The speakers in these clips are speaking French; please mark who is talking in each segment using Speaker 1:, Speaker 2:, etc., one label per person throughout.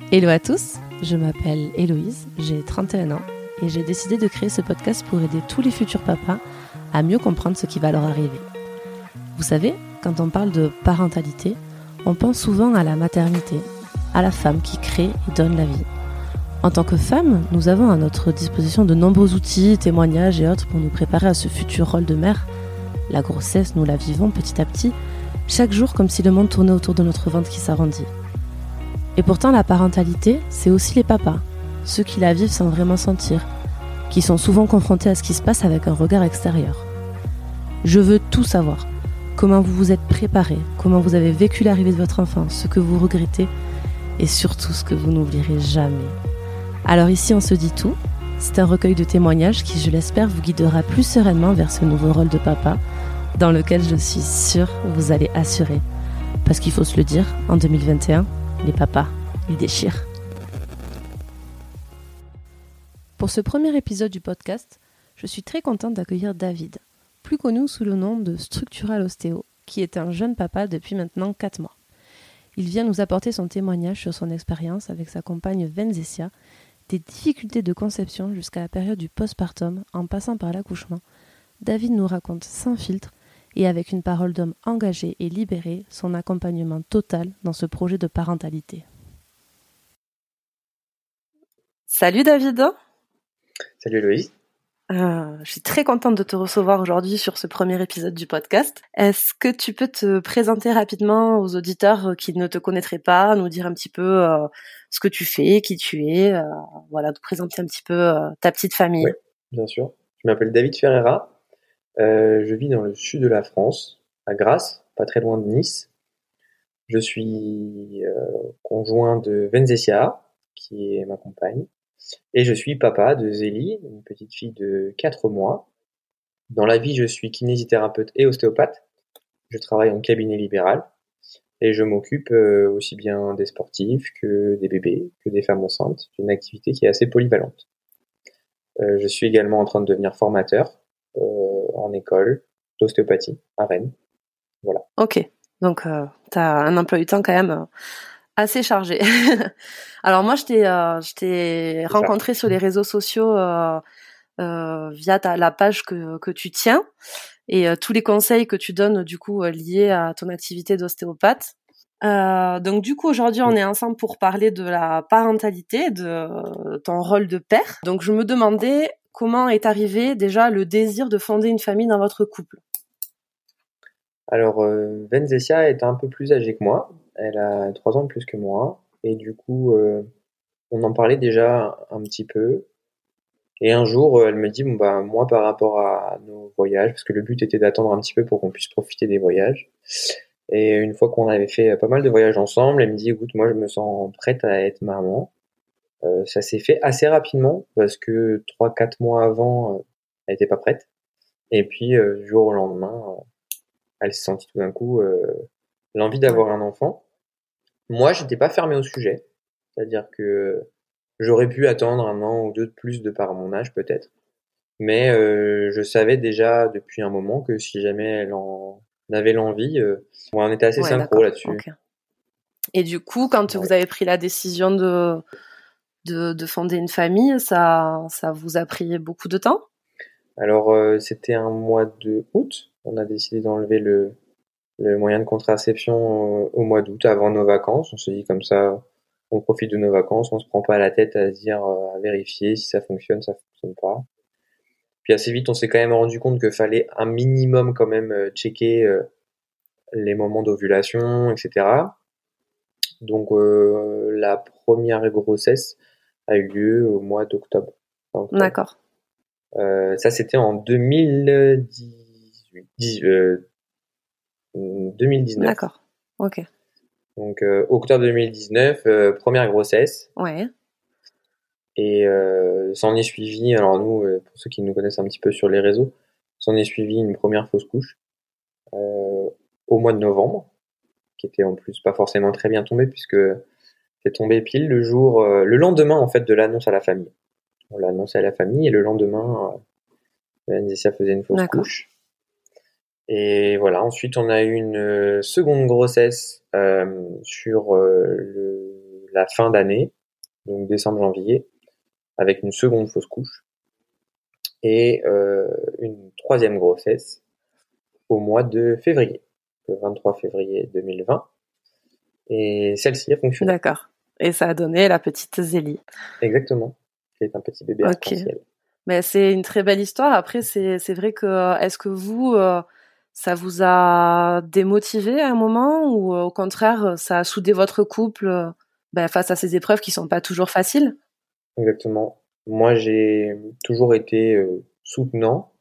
Speaker 1: Hello à tous, je m'appelle Héloïse, j'ai 31 ans et j'ai décidé de créer ce podcast pour aider tous les futurs papas à mieux comprendre ce qui va leur arriver. Vous savez, quand on parle de parentalité, on pense souvent à la maternité, à la femme qui crée et donne la vie. En tant que femme, nous avons à notre disposition de nombreux outils, témoignages et autres pour nous préparer à ce futur rôle de mère. La grossesse, nous la vivons petit à petit, chaque jour comme si le monde tournait autour de notre ventre qui s'arrondit. Et pourtant, la parentalité, c'est aussi les papas, ceux qui la vivent sans vraiment sentir, qui sont souvent confrontés à ce qui se passe avec un regard extérieur. Je veux tout savoir. Comment vous vous êtes préparés, comment vous avez vécu l'arrivée de votre enfant, ce que vous regrettez et surtout ce que vous n'oublierez jamais. Alors ici, on se dit tout. C'est un recueil de témoignages qui, je l'espère, vous guidera plus sereinement vers ce nouveau rôle de papa, dans lequel je suis sûre vous allez assurer. Parce qu'il faut se le dire, en 2021, les papas, ils déchirent. Pour ce premier épisode du podcast, je suis très contente d'accueillir David, plus connu sous le nom de Structural Ostéo, qui est un jeune papa depuis maintenant 4 mois. Il vient nous apporter son témoignage sur son expérience avec sa compagne Venzessia, des difficultés de conception jusqu'à la période du postpartum, en passant par l'accouchement. David nous raconte sans filtre et avec une parole d'homme engagé et libéré, son accompagnement total dans ce projet de parentalité. Salut David.
Speaker 2: Salut Héloïse.
Speaker 1: Je suis très contente de te recevoir aujourd'hui sur ce premier épisode du podcast. Est-ce que tu peux te présenter rapidement aux auditeurs qui ne te connaîtraient pas, nous dire un petit peu ce que tu fais, qui tu es, voilà, te présenter un petit peu ta petite famille.
Speaker 2: Oui, bien sûr. Je m'appelle David Ferreira. Je vis dans le sud de la France, à Grasse, pas très loin de Nice. Je suis conjoint de Venzessia, qui est ma compagne, et je suis papa de Zélie, une petite fille de 4 mois. Dans la vie, je suis kinésithérapeute et ostéopathe. Je travaille en cabinet libéral et je m'occupe aussi bien des sportifs que des bébés, que des femmes enceintes. C'est une activité qui est assez polyvalente. Je suis également en train de devenir formateur en école d'ostéopathie à Rennes. Voilà.
Speaker 1: Ok, donc tu as un emploi du temps quand même assez chargé. Alors moi, je t'ai rencontré sur les réseaux sociaux via la page que tu tiens et tous les conseils que tu donnes du coup liés à ton activité d'ostéopathe. Donc du coup aujourd'hui on est ensemble pour parler de la parentalité, de ton rôle de père. Donc je me demandais comment est arrivé déjà le désir de fonder une famille dans votre couple.
Speaker 2: Alors Venzessia est un peu plus âgée que moi, elle a 3 ans de plus que moi et du coup on en parlait déjà un petit peu et un jour elle me dit bon bah moi par rapport à nos voyages, parce que le but était d'attendre un petit peu pour qu'on puisse profiter des voyages. Et une fois qu'on avait fait pas mal de voyages ensemble, elle me dit écoute, moi je me sens prête à être maman. Ça s'est fait assez rapidement parce que 3-4 mois avant, elle était pas prête. Et puis du jour au lendemain, elle s'est sentie tout d'un coup l'envie d'avoir un enfant. Moi, j'étais pas fermé au sujet, c'est-à-dire que j'aurais pu attendre 1 an ou 2 de plus de par mon âge peut-être. Mais je savais déjà depuis un moment que si jamais elle en avait l'envie, on était assez synchro là-dessus.
Speaker 1: Okay. Et du coup, quand vous avez pris la décision de fonder une famille, ça vous a pris beaucoup de temps ?
Speaker 2: Alors c'était un mois de août. On a décidé d'enlever le moyen de contraception au mois d'août avant nos vacances. On s'est dit comme ça, on profite de nos vacances, on se prend pas la tête à se dire, à vérifier si ça fonctionne pas. Puis assez vite, on s'est quand même rendu compte qu'il fallait un minimum quand même checker les moments d'ovulation, etc. Donc la première grossesse a eu lieu au mois d'octobre.
Speaker 1: D'accord.
Speaker 2: Ça c'était en 2019.
Speaker 1: D'accord. Ok.
Speaker 2: Donc octobre 2019, première grossesse.
Speaker 1: Ouais.
Speaker 2: Et s'en est suivi, alors nous, pour ceux qui nous connaissent un petit peu sur les réseaux, s'en est suivi une première fausse couche au mois de novembre, qui était en plus pas forcément très bien tombée puisque c'est tombé pile le lendemain en fait de l'annonce à la famille. On l'a annoncé à la famille et le lendemain, Venzessia faisait une fausse couche. Et voilà, ensuite on a eu une seconde grossesse sur la fin d'année, donc décembre-janvier, avec une seconde fausse couche et une troisième grossesse au mois de février, le 23 février 2020. Et celle-ci a fonctionné.
Speaker 1: D'accord. Et ça a donné la petite Zélie.
Speaker 2: Exactement. Qui est un petit bébé
Speaker 1: Ok.
Speaker 2: arc-en-ciel.
Speaker 1: Mais c'est une très belle histoire. Après, c'est vrai que est-ce que vous, ça vous a démotivé à un moment ou au contraire, ça a soudé votre couple face à ces épreuves qui sont pas toujours faciles?
Speaker 2: Exactement. Moi, j'ai toujours été soutenant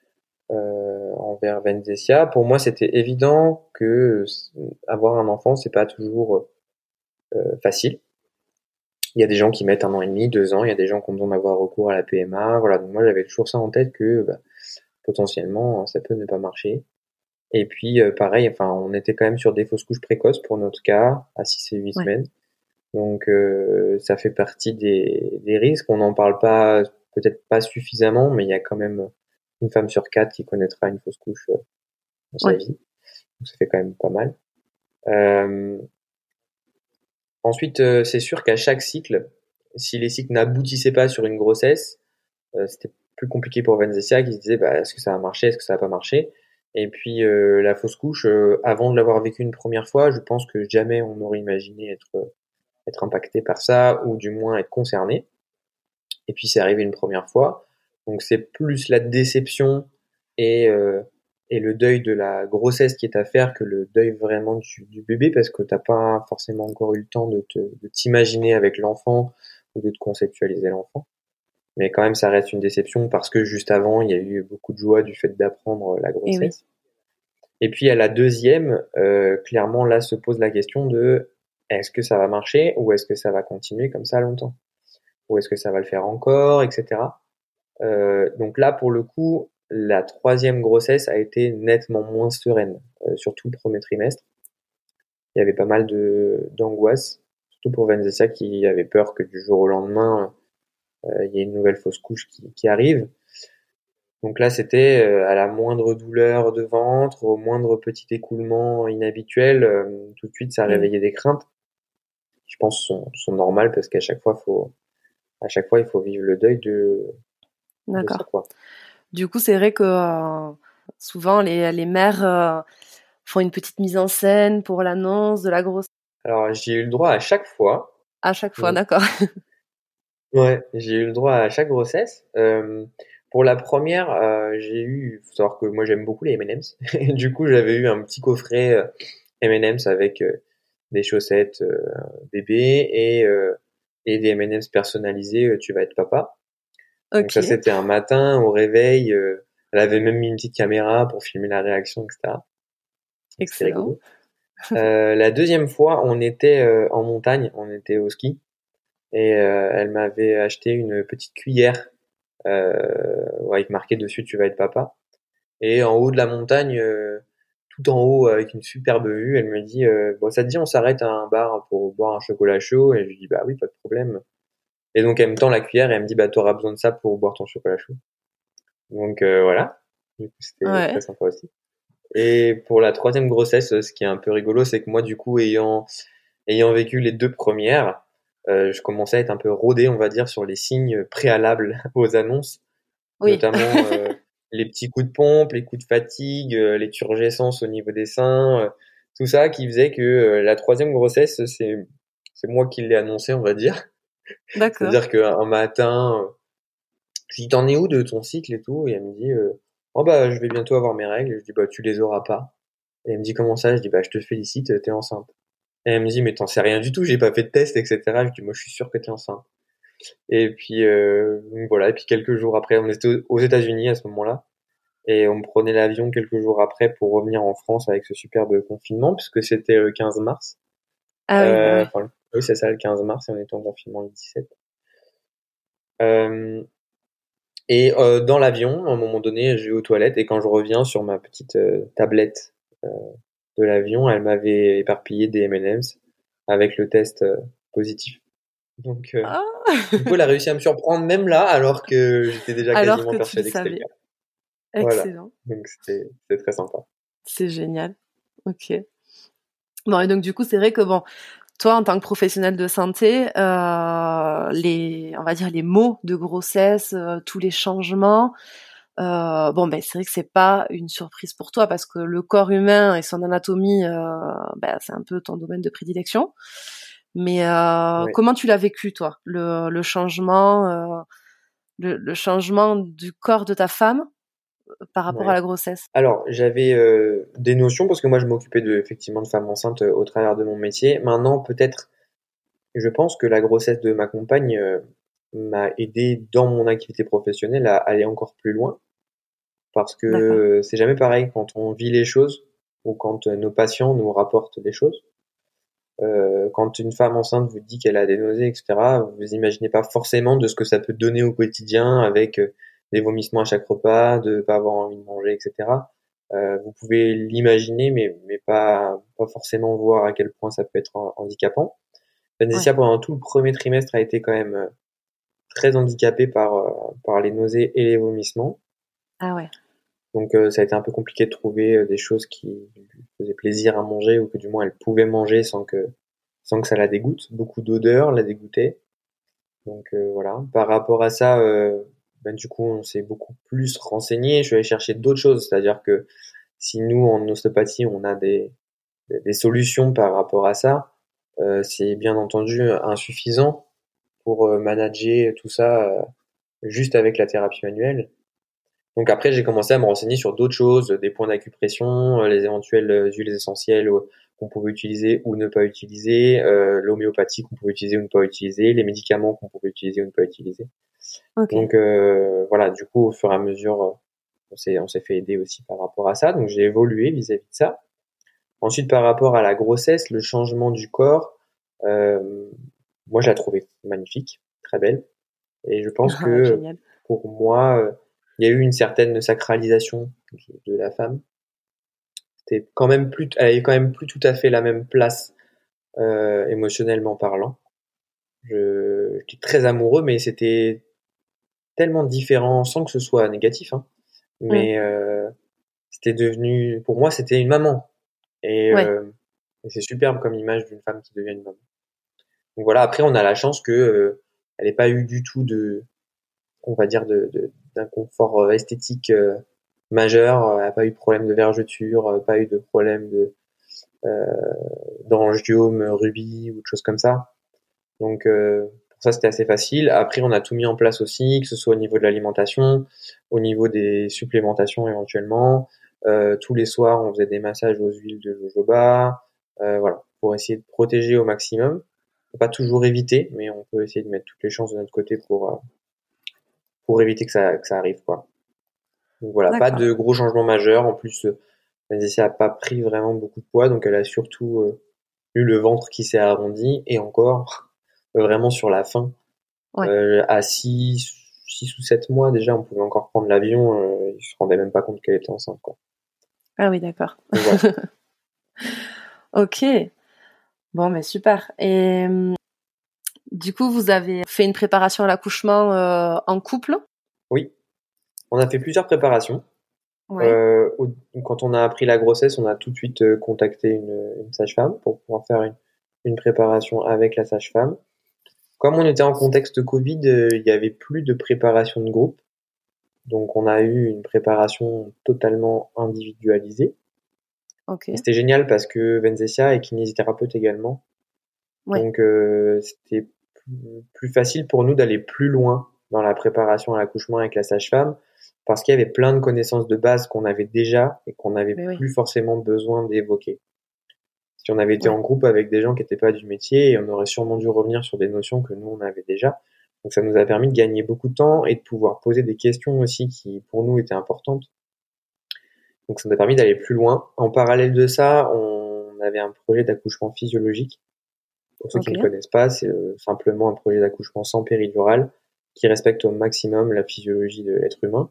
Speaker 2: envers Venzesia. Pour moi, c'était évident que avoir un enfant, c'est pas toujours facile. Il y a des gens qui mettent 1 an et demi, 2 ans. Il y a des gens qui ont besoin d'avoir recours à la PMA. Voilà. Donc moi, j'avais toujours ça en tête que potentiellement, ça peut ne pas marcher. Et puis, pareil, enfin, on était quand même sur des fausses couches précoces pour notre cas, à 6 et 8
Speaker 1: Ouais.
Speaker 2: semaines. Donc, ça fait partie des risques. On n'en parle pas, peut-être pas suffisamment, mais il y a quand même une femme sur 4 qui connaîtra une fausse couche dans sa
Speaker 1: Ouais.
Speaker 2: vie. Donc, ça fait quand même pas mal. Euh, Ensuite, c'est sûr qu'à chaque cycle, si les cycles n'aboutissaient pas sur une grossesse, c'était plus compliqué pour Vanzessia qui se disait est-ce que ça va marcher, est-ce que ça va pas marcher. Et puis la fausse couche, avant de l'avoir vécu une première fois, je pense que jamais on aurait imaginé être impacté par ça ou du moins être concerné. Et puis c'est arrivé une première fois, donc c'est plus la déception et euh, et le deuil de la grossesse qui est à faire que le deuil vraiment du bébé parce que t'as pas forcément encore eu le temps de t'imaginer avec l'enfant ou de te conceptualiser l'enfant. Mais quand même, ça reste une déception parce que juste avant, il y a eu beaucoup de joie du fait d'apprendre la
Speaker 1: Et oui.
Speaker 2: grossesse. Et puis à la deuxième, clairement, là se pose la question de est-ce que ça va marcher ou est-ce que ça va continuer comme ça longtemps? Ou est-ce que ça va le faire encore, etc. Donc là, pour le coup, la troisième grossesse a été nettement moins sereine, surtout le premier trimestre. Il y avait pas mal d'angoisse, surtout pour Vanessa qui avait peur que du jour au lendemain, il y ait une nouvelle fausse couche qui arrive. Donc là, c'était à la moindre douleur de ventre, au moindre petit écoulement inhabituel, tout de suite, ça
Speaker 1: Et oui.
Speaker 2: réveillait des craintes. Je pense sont normales parce qu'à chaque fois, il faut vivre le deuil de ça,
Speaker 1: D'accord.
Speaker 2: quoi.
Speaker 1: Du coup, c'est vrai que souvent les mères font une petite mise en scène pour l'annonce de la grossesse
Speaker 2: Alors, j'ai eu le droit à chaque fois.
Speaker 1: à chaque fois,
Speaker 2: Donc,
Speaker 1: d'accord.
Speaker 2: ouais, j'ai eu le droit à chaque grossesse. Pour la première, faut savoir que moi j'aime beaucoup les M&M's. Et du coup, j'avais eu un petit coffret M&M's avec des chaussettes bébé et des M&M's personnalisés. Tu vas être papa. Donc ça,
Speaker 1: Ok,
Speaker 2: c'était un matin au réveil. Elle avait même mis une petite caméra pour filmer la réaction, etc. Donc c'était
Speaker 1: excellent.
Speaker 2: rigolo. La deuxième fois, on était en montagne, on était au ski et elle m'avait acheté une petite cuillère avec marqué dessus tu vas être papa. Et en haut de la montagne, tout en haut avec une superbe vue, elle me dit bon ça te dit on s'arrête à un bar pour boire un chocolat chaud et je lui dis bah oui pas de problème. Et donc elle me tend la cuillère et elle me dit bah t'auras besoin de ça pour boire ton chocolat chaud. Donc voilà, du coup c'était
Speaker 1: Ouais.
Speaker 2: très sympa aussi. Et pour la troisième grossesse, ce qui est un peu rigolo, c'est que moi du coup ayant vécu les deux premières, je commençais à être un peu rodé on va dire sur les signes préalables aux annonces
Speaker 1: Oui.
Speaker 2: notamment les petits coups de pompe, les coups de fatigue, les turgescences au niveau des seins, tout ça qui faisait que la troisième grossesse, c'est moi qui l'ai annoncé, on va dire.
Speaker 1: D'accord.
Speaker 2: C'est-à-dire qu'un matin, je lui dis t'en es où de ton cycle et tout, et elle me dit oh bah je vais bientôt avoir mes règles. Et je dis bah tu les auras pas. Et elle me dit comment ça? Je dis bah je te félicite, t'es enceinte. Et elle me dit mais t'en sais rien du tout, j'ai pas fait de test, etc. Je dis moi je suis sûr que t'es enceinte. Et puis donc voilà, et puis quelques jours après, on était aux États-Unis à ce moment-là. Et on prenait l'avion quelques jours après pour revenir en France avec ce superbe confinement, puisque c'était le 15 mars.
Speaker 1: Ah oui, bah ouais.
Speaker 2: Enfin, oui, c'est ça, le 15 mars, et on était en confinement le 17. Euh, dans l'avion, à un moment donné, j'ai eu aux toilettes, et quand je reviens sur ma petite tablette euh, de l'avion, elle m'avait éparpillé des M&M's avec le test positif. Donc,
Speaker 1: Ah
Speaker 2: du coup, elle a réussi à me surprendre même là, alors que j'étais déjà
Speaker 1: alors
Speaker 2: quasiment
Speaker 1: que tu le
Speaker 2: persuadé que c'était le
Speaker 1: savais.
Speaker 2: cas. Voilà.
Speaker 1: Excellent.
Speaker 2: Donc, c'était très sympa.
Speaker 1: C'est génial. Ok. Bon, et donc du coup, c'est vrai que bon, toi, en tant que professionnel de santé, on va dire les maux de grossesse, tous les changements, c'est vrai que c'est pas une surprise pour toi parce que le corps humain et son anatomie, c'est un peu ton domaine de prédilection. Mais
Speaker 2: Ouais.
Speaker 1: comment tu l'as vécu, toi, le changement, le changement du corps de ta femme par rapport à
Speaker 2: Ouais.
Speaker 1: la grossesse?
Speaker 2: Alors, j'avais des notions parce que moi, je m'occupais effectivement de femmes enceintes au travers de mon métier. Maintenant, peut-être, je pense que la grossesse de ma compagne m'a aidé dans mon activité professionnelle à aller encore plus loin parce que
Speaker 1: D'accord.
Speaker 2: c'est jamais pareil quand on vit les choses ou quand nos patients nous rapportent des choses. Quand une femme enceinte vous dit qu'elle a des nausées, etc., vous imaginez pas forcément de ce que ça peut donner au quotidien avec des vomissements à chaque repas, de pas avoir envie de manger, etc. Vous pouvez l'imaginer, mais pas forcément voir à quel point ça peut être handicapant.
Speaker 1: Ouais.
Speaker 2: Benzicia, pendant tout le premier trimestre, a été quand même très handicapée par les nausées et les vomissements.
Speaker 1: Ah ouais.
Speaker 2: Donc ça a été un peu compliqué de trouver des choses qui lui faisaient plaisir à manger ou que du moins elle pouvait manger sans que ça la dégoûte. Beaucoup d'odeurs la dégoûtaient. Donc voilà. Par rapport à ça, du coup on s'est beaucoup plus renseigné. Je suis allé chercher d'autres choses, c'est-à-dire que si nous en ostéopathie on a des solutions par rapport à ça, c'est bien entendu insuffisant pour manager tout ça juste avec la thérapie manuelle. Donc après, j'ai commencé à me renseigner sur d'autres choses, des points d'acupression, les éventuelles huiles essentielles qu'on pouvait utiliser ou ne pas utiliser, l'homéopathie qu'on pouvait utiliser ou ne pas utiliser, les médicaments qu'on pouvait utiliser ou ne pas utiliser.
Speaker 1: Ok.
Speaker 2: Donc voilà, du coup, au fur et à mesure, on s'est fait aider aussi par rapport à ça. Donc j'ai évolué vis-à-vis de ça. Ensuite, par rapport à la grossesse, le changement du corps, euh, moi je la trouvais magnifique, très belle. Et je pense
Speaker 1: Ouais,
Speaker 2: que
Speaker 1: génial.
Speaker 2: pour moi, il y a eu une certaine sacralisation de la femme. Elle avait quand même plus tout à fait la même place émotionnellement parlant. J'étais très amoureux, mais c'était tellement différent sans que ce soit négatif, hein.
Speaker 1: Mm.
Speaker 2: Mais c'était devenu, pour moi, c'était une maman. Et,
Speaker 1: Ouais.
Speaker 2: euh, et c'est superbe comme image d'une femme qui devient une maman. Donc voilà. Après, on a la chance que elle n'ait pas eu du tout on va dire, d'un confort esthétique majeur. Elle n'a pas eu de problème de vergeture, pas eu de problème euh, d'angiome, rubis ou de choses comme ça. Donc pour ça, c'était assez facile. Après, on a tout mis en place aussi, que ce soit au niveau de l'alimentation, au niveau des supplémentations éventuellement. Tous les soirs, on faisait des massages aux huiles de jojoba, voilà, pour essayer de protéger au maximum. Faut pas toujours éviter, mais on peut essayer de mettre toutes les chances de notre côté pour éviter que ça arrive, quoi. Donc voilà, pas
Speaker 1: D'accord.
Speaker 2: de gros changements majeurs. En plus, Vanessa a pas pris vraiment beaucoup de poids, donc elle a surtout eu le ventre qui s'est arrondi et encore vraiment sur la fin,
Speaker 1: Ouais.
Speaker 2: à 6 ou 7 mois déjà, on pouvait encore prendre l'avion. Il se rendait même pas compte qu'elle était enceinte, quoi.
Speaker 1: Ah oui, d'accord.
Speaker 2: Donc voilà.
Speaker 1: Ok. Bon, mais super. Et du coup, vous avez fait une préparation à l'accouchement en couple?
Speaker 2: Oui, on a fait plusieurs préparations.
Speaker 1: Ouais.
Speaker 2: Quand on a appris la grossesse, on a tout de suite contacté une sage-femme pour pouvoir faire une préparation avec la sage-femme. Comme on était en contexte Covid, il y avait plus de préparation de groupe. Donc on a eu une préparation totalement individualisée.
Speaker 1: Ok.
Speaker 2: Et c'était génial parce que Venzesia est kinésithérapeute également.
Speaker 1: Ouais.
Speaker 2: Donc c'était plus facile pour nous d'aller plus loin dans la préparation à l'accouchement avec la sage-femme parce qu'il y avait plein de connaissances de base qu'on avait déjà et qu'on n'avait
Speaker 1: Mais oui.
Speaker 2: plus forcément besoin d'évoquer. Si on avait été
Speaker 1: Ouais.
Speaker 2: en groupe avec des gens qui n'étaient pas du métier, on aurait sûrement dû revenir sur des notions que nous on avait déjà. Donc ça nous a permis de gagner beaucoup de temps et de pouvoir poser des questions aussi qui pour nous étaient importantes. Donc ça nous a permis d'aller plus loin. En parallèle de ça, on avait un projet d'accouchement physiologique. Pour ceux qui
Speaker 1: Ok.
Speaker 2: ne connaissent pas, c'est simplement un projet d'accouchement sans péridurale qui respecte au maximum la physiologie de l'être humain.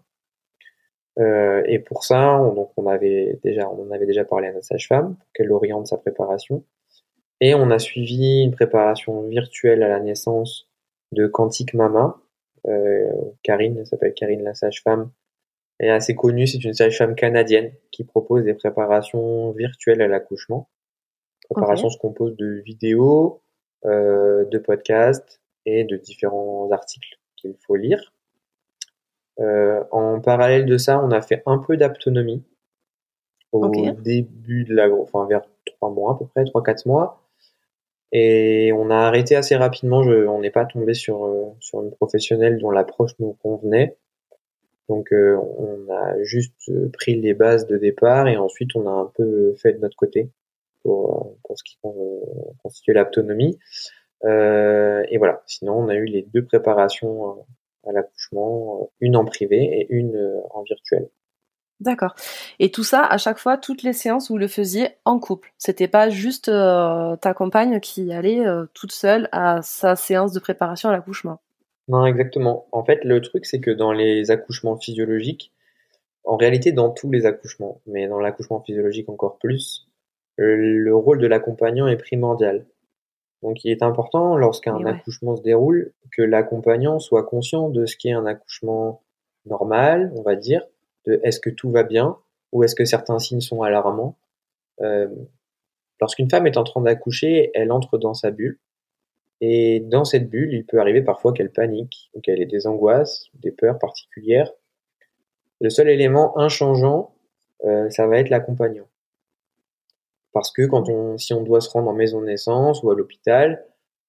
Speaker 2: Et pour ça, on en avait déjà parlé à notre sage-femme pour qu'elle oriente sa préparation. Et on a suivi une préparation virtuelle à la naissance de Quantique Mama. Karine, elle s'appelle Karine la sage-femme. Elle est assez connue, c'est une sage-femme canadienne qui propose des préparations virtuelles à l'accouchement.
Speaker 1: Ok.
Speaker 2: Préparation se compose de vidéos, de podcasts et de différents articles qu'il faut lire. En parallèle de ça, on a fait un peu d'autonomie
Speaker 1: Ok.
Speaker 2: au début de enfin vers 3 mois à peu près, 3-4 mois. Et on a arrêté assez rapidement. On n'est pas tombé sur une professionnelle dont l'approche nous convenait. Donc on a juste pris les bases de départ et ensuite on a un peu fait de notre côté pour ce qui constitue l'autonomie. Et voilà. Sinon, on a eu les 2 préparations à l'accouchement, une en privé et une en virtuel.
Speaker 1: D'accord. Et tout ça, à chaque fois, toutes les séances, vous le faisiez en couple. C'était pas juste ta compagne qui allait toute seule à sa séance de préparation à l'accouchement.
Speaker 2: Non, exactement. En fait, le truc, c'est que dans les accouchements physiologiques, en réalité, dans tous les accouchements, mais dans l'accouchement physiologique encore plus, le rôle de l'accompagnant est primordial. Donc, il est important,
Speaker 1: Et
Speaker 2: lorsqu'un
Speaker 1: ouais.
Speaker 2: accouchement se déroule, que l'accompagnant soit conscient de ce qu'est un accouchement normal, on va dire, de est-ce que tout va bien ou est-ce que certains signes sont alarmants. Euh, Lorsqu'une femme est en train d'accoucher, elle entre dans sa bulle. Et dans cette bulle, il peut arriver parfois qu'elle panique, ou qu'elle ait des angoisses, des peurs particulières. Le seul élément inchangeant, ça va être l'accompagnant. Parce que
Speaker 1: Ouais.
Speaker 2: si on doit se rendre en maison de naissance ou à l'hôpital,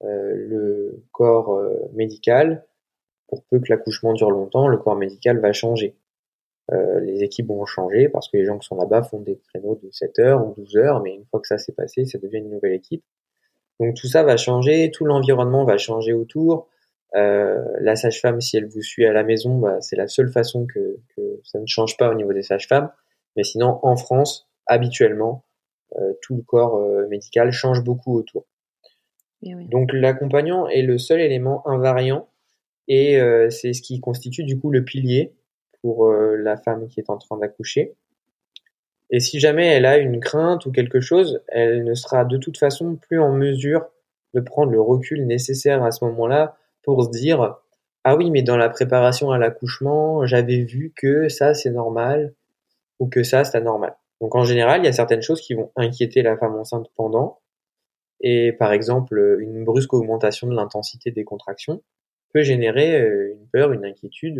Speaker 2: le corps médical, pour peu que l'accouchement dure longtemps, le corps médical va changer. Les équipes vont changer parce que les gens qui sont là-bas font des créneaux de 7 heures ou 12 heures, mais une fois que ça s'est passé, ça devient une nouvelle équipe. Donc tout ça va changer, tout l'environnement va changer autour. La sage-femme, si elle vous suit à la maison, bah, c'est la seule façon que ça ne change pas au niveau des sages-femmes. Mais sinon, en France, habituellement, tout le corps médical change beaucoup autour.
Speaker 1: Et oui.
Speaker 2: Donc l'accompagnant est le seul élément invariant et c'est ce qui constitue du coup le pilier pour la femme qui est en train d'accoucher. Et si jamais elle a une crainte ou quelque chose, elle ne sera de toute façon plus en mesure de prendre le recul nécessaire à ce moment-là pour se dire ah oui, mais dans la préparation à l'accouchement, j'avais vu que ça c'est normal ou que ça c'est anormal. Donc en général, il y a certaines choses qui vont inquiéter la femme enceinte pendant, et par exemple, une brusque augmentation de l'intensité des contractions peut générer une peur, une inquiétude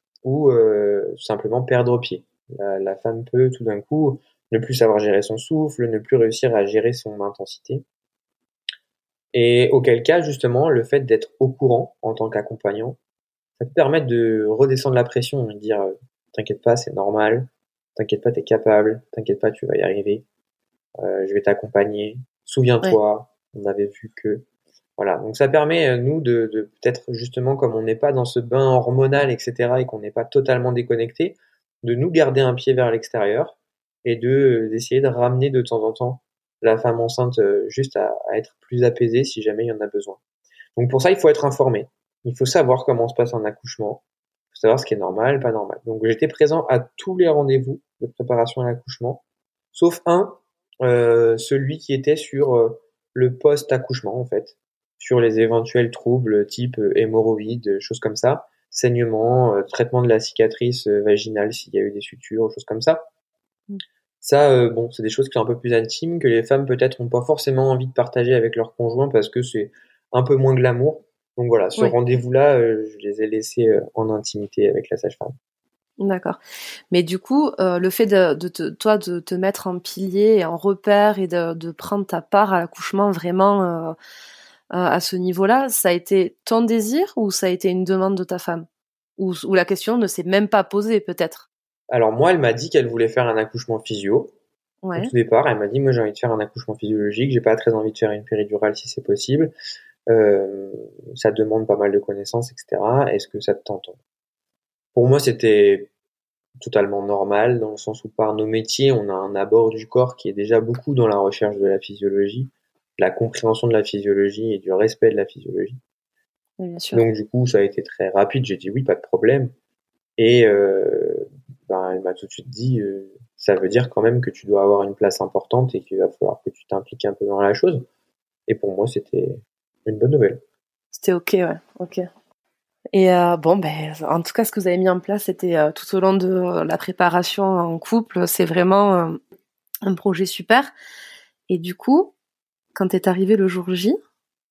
Speaker 2: ou simplement perdre pied. La femme peut tout d'un coup ne plus savoir gérer son souffle, ne plus réussir à gérer son intensité. Et auquel cas, justement, le fait d'être au courant en tant qu'accompagnant, ça peut permettre de redescendre la pression et de dire t'inquiète pas, c'est normal, t'inquiète pas, t'es capable, t'inquiète pas, tu vas y arriver, je vais t'accompagner,
Speaker 1: Ouais.
Speaker 2: souviens-toi, on avait vu que. Voilà, donc ça permet, nous, de peut-être justement, comme on n'est pas dans ce bain hormonal, etc., et qu'on n'est pas totalement déconnecté, de nous garder un pied vers l'extérieur et d'essayer de ramener de temps en temps la femme enceinte juste à être plus apaisée si jamais il y en a besoin. Donc pour ça, il faut être informé. Il faut savoir comment se passe un accouchement. Il faut savoir ce qui est normal, pas normal. Donc j'étais présent à tous les rendez-vous de préparation à l'accouchement, sauf un, celui qui était sur le post-accouchement en fait, sur les éventuels troubles type hémorroïdes, choses comme ça, saignement, traitement de la cicatrice vaginale s'il y a eu des sutures, choses comme ça.
Speaker 1: Mm.
Speaker 2: Ça, bon, c'est des choses qui sont un peu plus intimes, que les femmes peut-être n'ont pas forcément envie de partager avec leur conjoint parce que c'est un peu moins glamour. Donc voilà, ce
Speaker 1: Ouais.
Speaker 2: rendez-vous-là, je les ai laissés en intimité avec la sage-femme.
Speaker 1: D'accord. Mais du coup, le fait toi de te mettre en pilier et en repère et de prendre ta part à l'accouchement vraiment à ce niveau-là, ça a été ton désir ou ça a été une demande de ta femme? Ou la question ne s'est même pas posée peut-être?
Speaker 2: Alors moi, elle m'a dit qu'elle voulait faire un accouchement physio. Au
Speaker 1: Ouais.
Speaker 2: tout départ, elle m'a dit, moi j'ai envie de faire un accouchement physiologique, j'ai pas très envie de faire une péridurale si c'est possible. Euh, Ça demande pas mal de connaissances, etc. Est-ce que ça te tente? Pour moi, c'était totalement normal, dans le sens où par nos métiers, on a un abord du corps qui est déjà beaucoup dans la recherche de la physiologie, la compréhension de la physiologie et du respect de la physiologie.
Speaker 1: Oui, bien sûr.
Speaker 2: Donc du coup, ça a été très rapide, j'ai dit oui, pas de problème. Et ben, elle m'a tout de suite dit, ça veut dire quand même que tu dois avoir une place importante et qu'il va falloir que tu t'impliques un peu dans la chose. Et pour moi, c'était une bonne nouvelle.
Speaker 1: C'était OK, ouais. OK. Et bon, ben, en tout cas, ce que vous avez mis en place, c'était tout au long de la préparation en couple, c'est vraiment un projet super. Et du coup, quand est arrivé le jour J,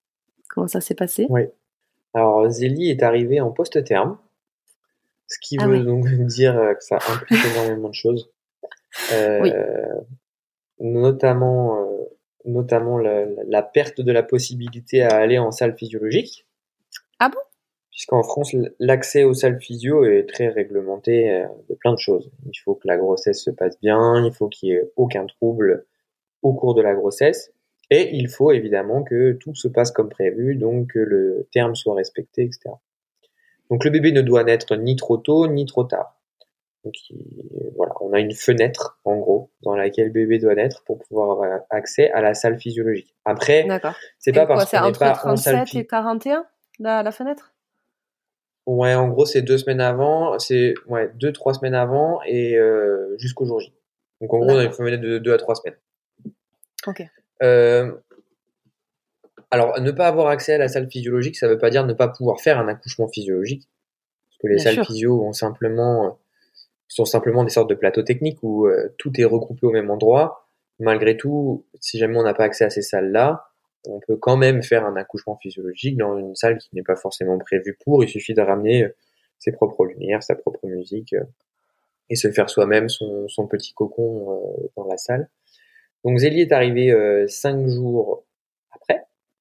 Speaker 1: Comment ça s'est passé?
Speaker 2: Oui. Alors, Zélie est arrivée en post-terme, ce qui
Speaker 1: Ah
Speaker 2: veut
Speaker 1: ouais.
Speaker 2: donc dire que ça implique énormément de choses,
Speaker 1: Oui.
Speaker 2: euh, notamment, notamment la perte de la possibilité à aller en salle physiologique,
Speaker 1: Ah bon?
Speaker 2: puisqu'en France, l'accès aux salles physio est très réglementé de plein de choses. Il faut que la grossesse se passe bien, il faut qu'il y ait aucun trouble au cours de la grossesse, et il faut évidemment que tout se passe comme prévu, donc que le terme soit respecté, etc. Donc le bébé ne doit naître ni trop tôt ni trop tard. Donc voilà, on a une fenêtre en gros dans laquelle le bébé doit naître pour pouvoir avoir accès à la salle physiologique. Après,
Speaker 1: D'accord.
Speaker 2: c'est pas
Speaker 1: C'est quoi?
Speaker 2: parce
Speaker 1: C'est
Speaker 2: qu'on n'est
Speaker 1: entre
Speaker 2: pas en salle
Speaker 1: 37 et 41, la fenêtre?
Speaker 2: Ouais, en gros, c'est 2 semaines avant, c'est ouais 2 3 semaines avant et jusqu'au jour J. Donc en gros, on a une
Speaker 1: D'accord.
Speaker 2: fenêtre de 2 à 3 semaines.
Speaker 1: Ok.
Speaker 2: Euh, alors, ne pas avoir accès à la salle physiologique, ça veut pas dire ne pas pouvoir faire un accouchement physiologique, parce que les
Speaker 1: Bien
Speaker 2: salles
Speaker 1: sûr.
Speaker 2: physio sont simplement des sortes de plateaux techniques où tout est regroupé au même endroit. Malgré tout, si jamais on n'a pas accès à ces salles-là, on peut quand même faire un accouchement physiologique dans une salle qui n'est pas forcément prévue pour. Il suffit de ramener ses propres lumières, sa propre musique et se faire soi-même son petit cocon dans la salle. Donc Zélie est arrivée 5 jours après.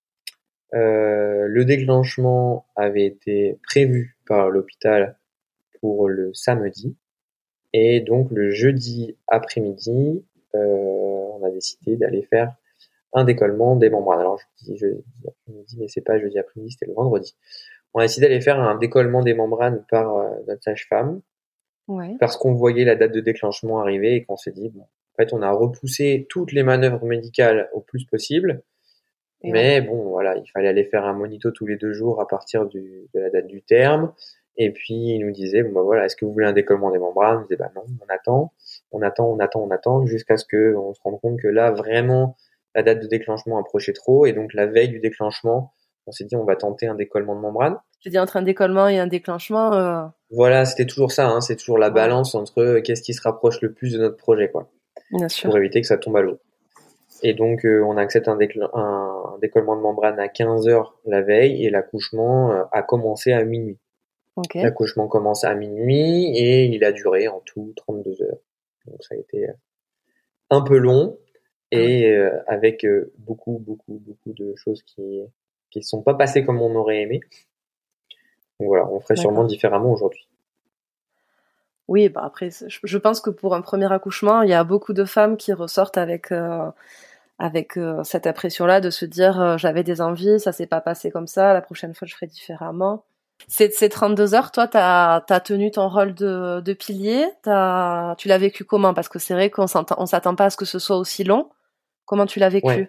Speaker 2: Le déclenchement avait été prévu par l'hôpital pour le samedi. Et donc le jeudi après-midi, on a décidé d'aller faire un décollement des membranes. Alors je dis jeudi après-midi, mais c'est pas jeudi après-midi, c'était le vendredi. On a décidé d'aller faire un décollement des membranes par notre sage-femme
Speaker 1: Ouais.
Speaker 2: parce qu'on voyait la date de déclenchement arriver et qu'on s'est dit, bon, en fait, on a repoussé toutes les manœuvres médicales au plus possible,
Speaker 1: Et ouais.
Speaker 2: mais bon, voilà, il fallait aller faire un monito tous les 2 jours à partir de la date du terme. Et puis, il nous disait, bon, bah voilà, est-ce que vous voulez un décollement des membranes? On disait, bah non, on attend, jusqu'à ce qu'on se rende compte que là, vraiment, la date de déclenchement approchait trop. Et donc, la veille du déclenchement, on s'est dit, on va tenter un décollement de membrane.
Speaker 1: Tu dis entre un décollement et un déclenchement.
Speaker 2: Voilà, c'était toujours ça, hein, c'est toujours la
Speaker 1: Ouais.
Speaker 2: balance entre qu'est-ce qui se rapproche le plus de notre projet, quoi,
Speaker 1: Bien
Speaker 2: pour
Speaker 1: sûr.
Speaker 2: éviter que ça tombe à l'eau. Et donc, on accepte un décollement de membrane à 15 heures la veille et l'accouchement a commencé à minuit.
Speaker 1: Ok.
Speaker 2: L'accouchement commence à minuit et il a duré en tout 32 heures. Donc, ça a été un peu long
Speaker 1: Ah ouais.
Speaker 2: et avec beaucoup, beaucoup, beaucoup de choses qui sont pas passées comme on aurait aimé. Donc voilà, on ferait sûrement
Speaker 1: D'accord.
Speaker 2: différemment aujourd'hui.
Speaker 1: Oui, bah après, je pense que pour un premier accouchement, il y a beaucoup de femmes qui ressortent avec cette impression-là de se dire j'avais des envies, ça s'est pas passé comme ça, la prochaine fois je ferai différemment. Ces 32 heures, toi, t'as tenu ton rôle de pilier, tu l'as vécu comment? Parce que c'est vrai on s'attend pas à ce que ce soit aussi long. Comment tu l'as
Speaker 2: Ouais.
Speaker 1: vécu?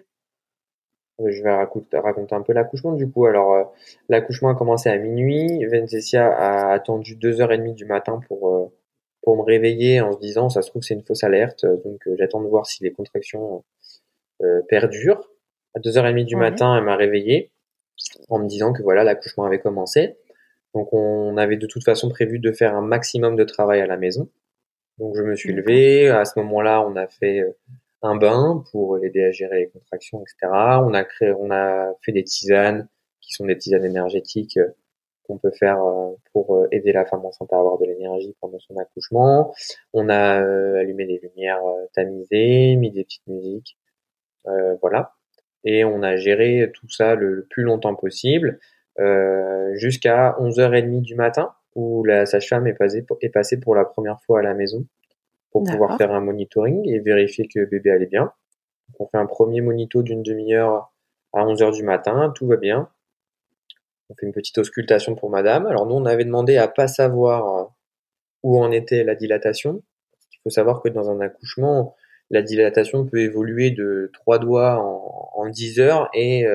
Speaker 2: Je vais raconter un peu l'accouchement du coup. Alors, l'accouchement a commencé à minuit. Venzesia a attendu 2h30 du matin pour me réveiller en se disant, ça se trouve, c'est une fausse alerte. Donc, j'attends de voir si les contractions perdurent. À 2h30 du
Speaker 1: Ouais.
Speaker 2: matin, elle m'a réveillé en me disant que voilà, l'accouchement avait commencé. Donc, on avait de toute façon prévu de faire un maximum de travail à la maison. Donc je me suis
Speaker 1: D'accord.
Speaker 2: levé. À ce moment-là, on a fait un bain pour l'aider à gérer les contractions, etc. On a fait des tisanes qui sont des tisanes énergétiques qu'on peut faire pour aider la femme enceinte à avoir de l'énergie pendant son accouchement. On a allumé des lumières tamisées, mis des petites musiques, voilà. Et on a géré tout ça le plus longtemps possible jusqu'à 11h30 du matin où la sage-femme est passée pour la première fois à la maison pour pouvoir
Speaker 1: D'accord.
Speaker 2: faire un monitoring et vérifier que bébé allait bien. Donc, on fait un premier monito d'une demi-heure à 11 heures du matin, tout va bien. On fait une petite auscultation pour madame. Alors nous, on avait demandé à pas savoir où en était la dilatation. Il faut savoir que dans un accouchement, la dilatation peut évoluer de 3 doigts en 10 heures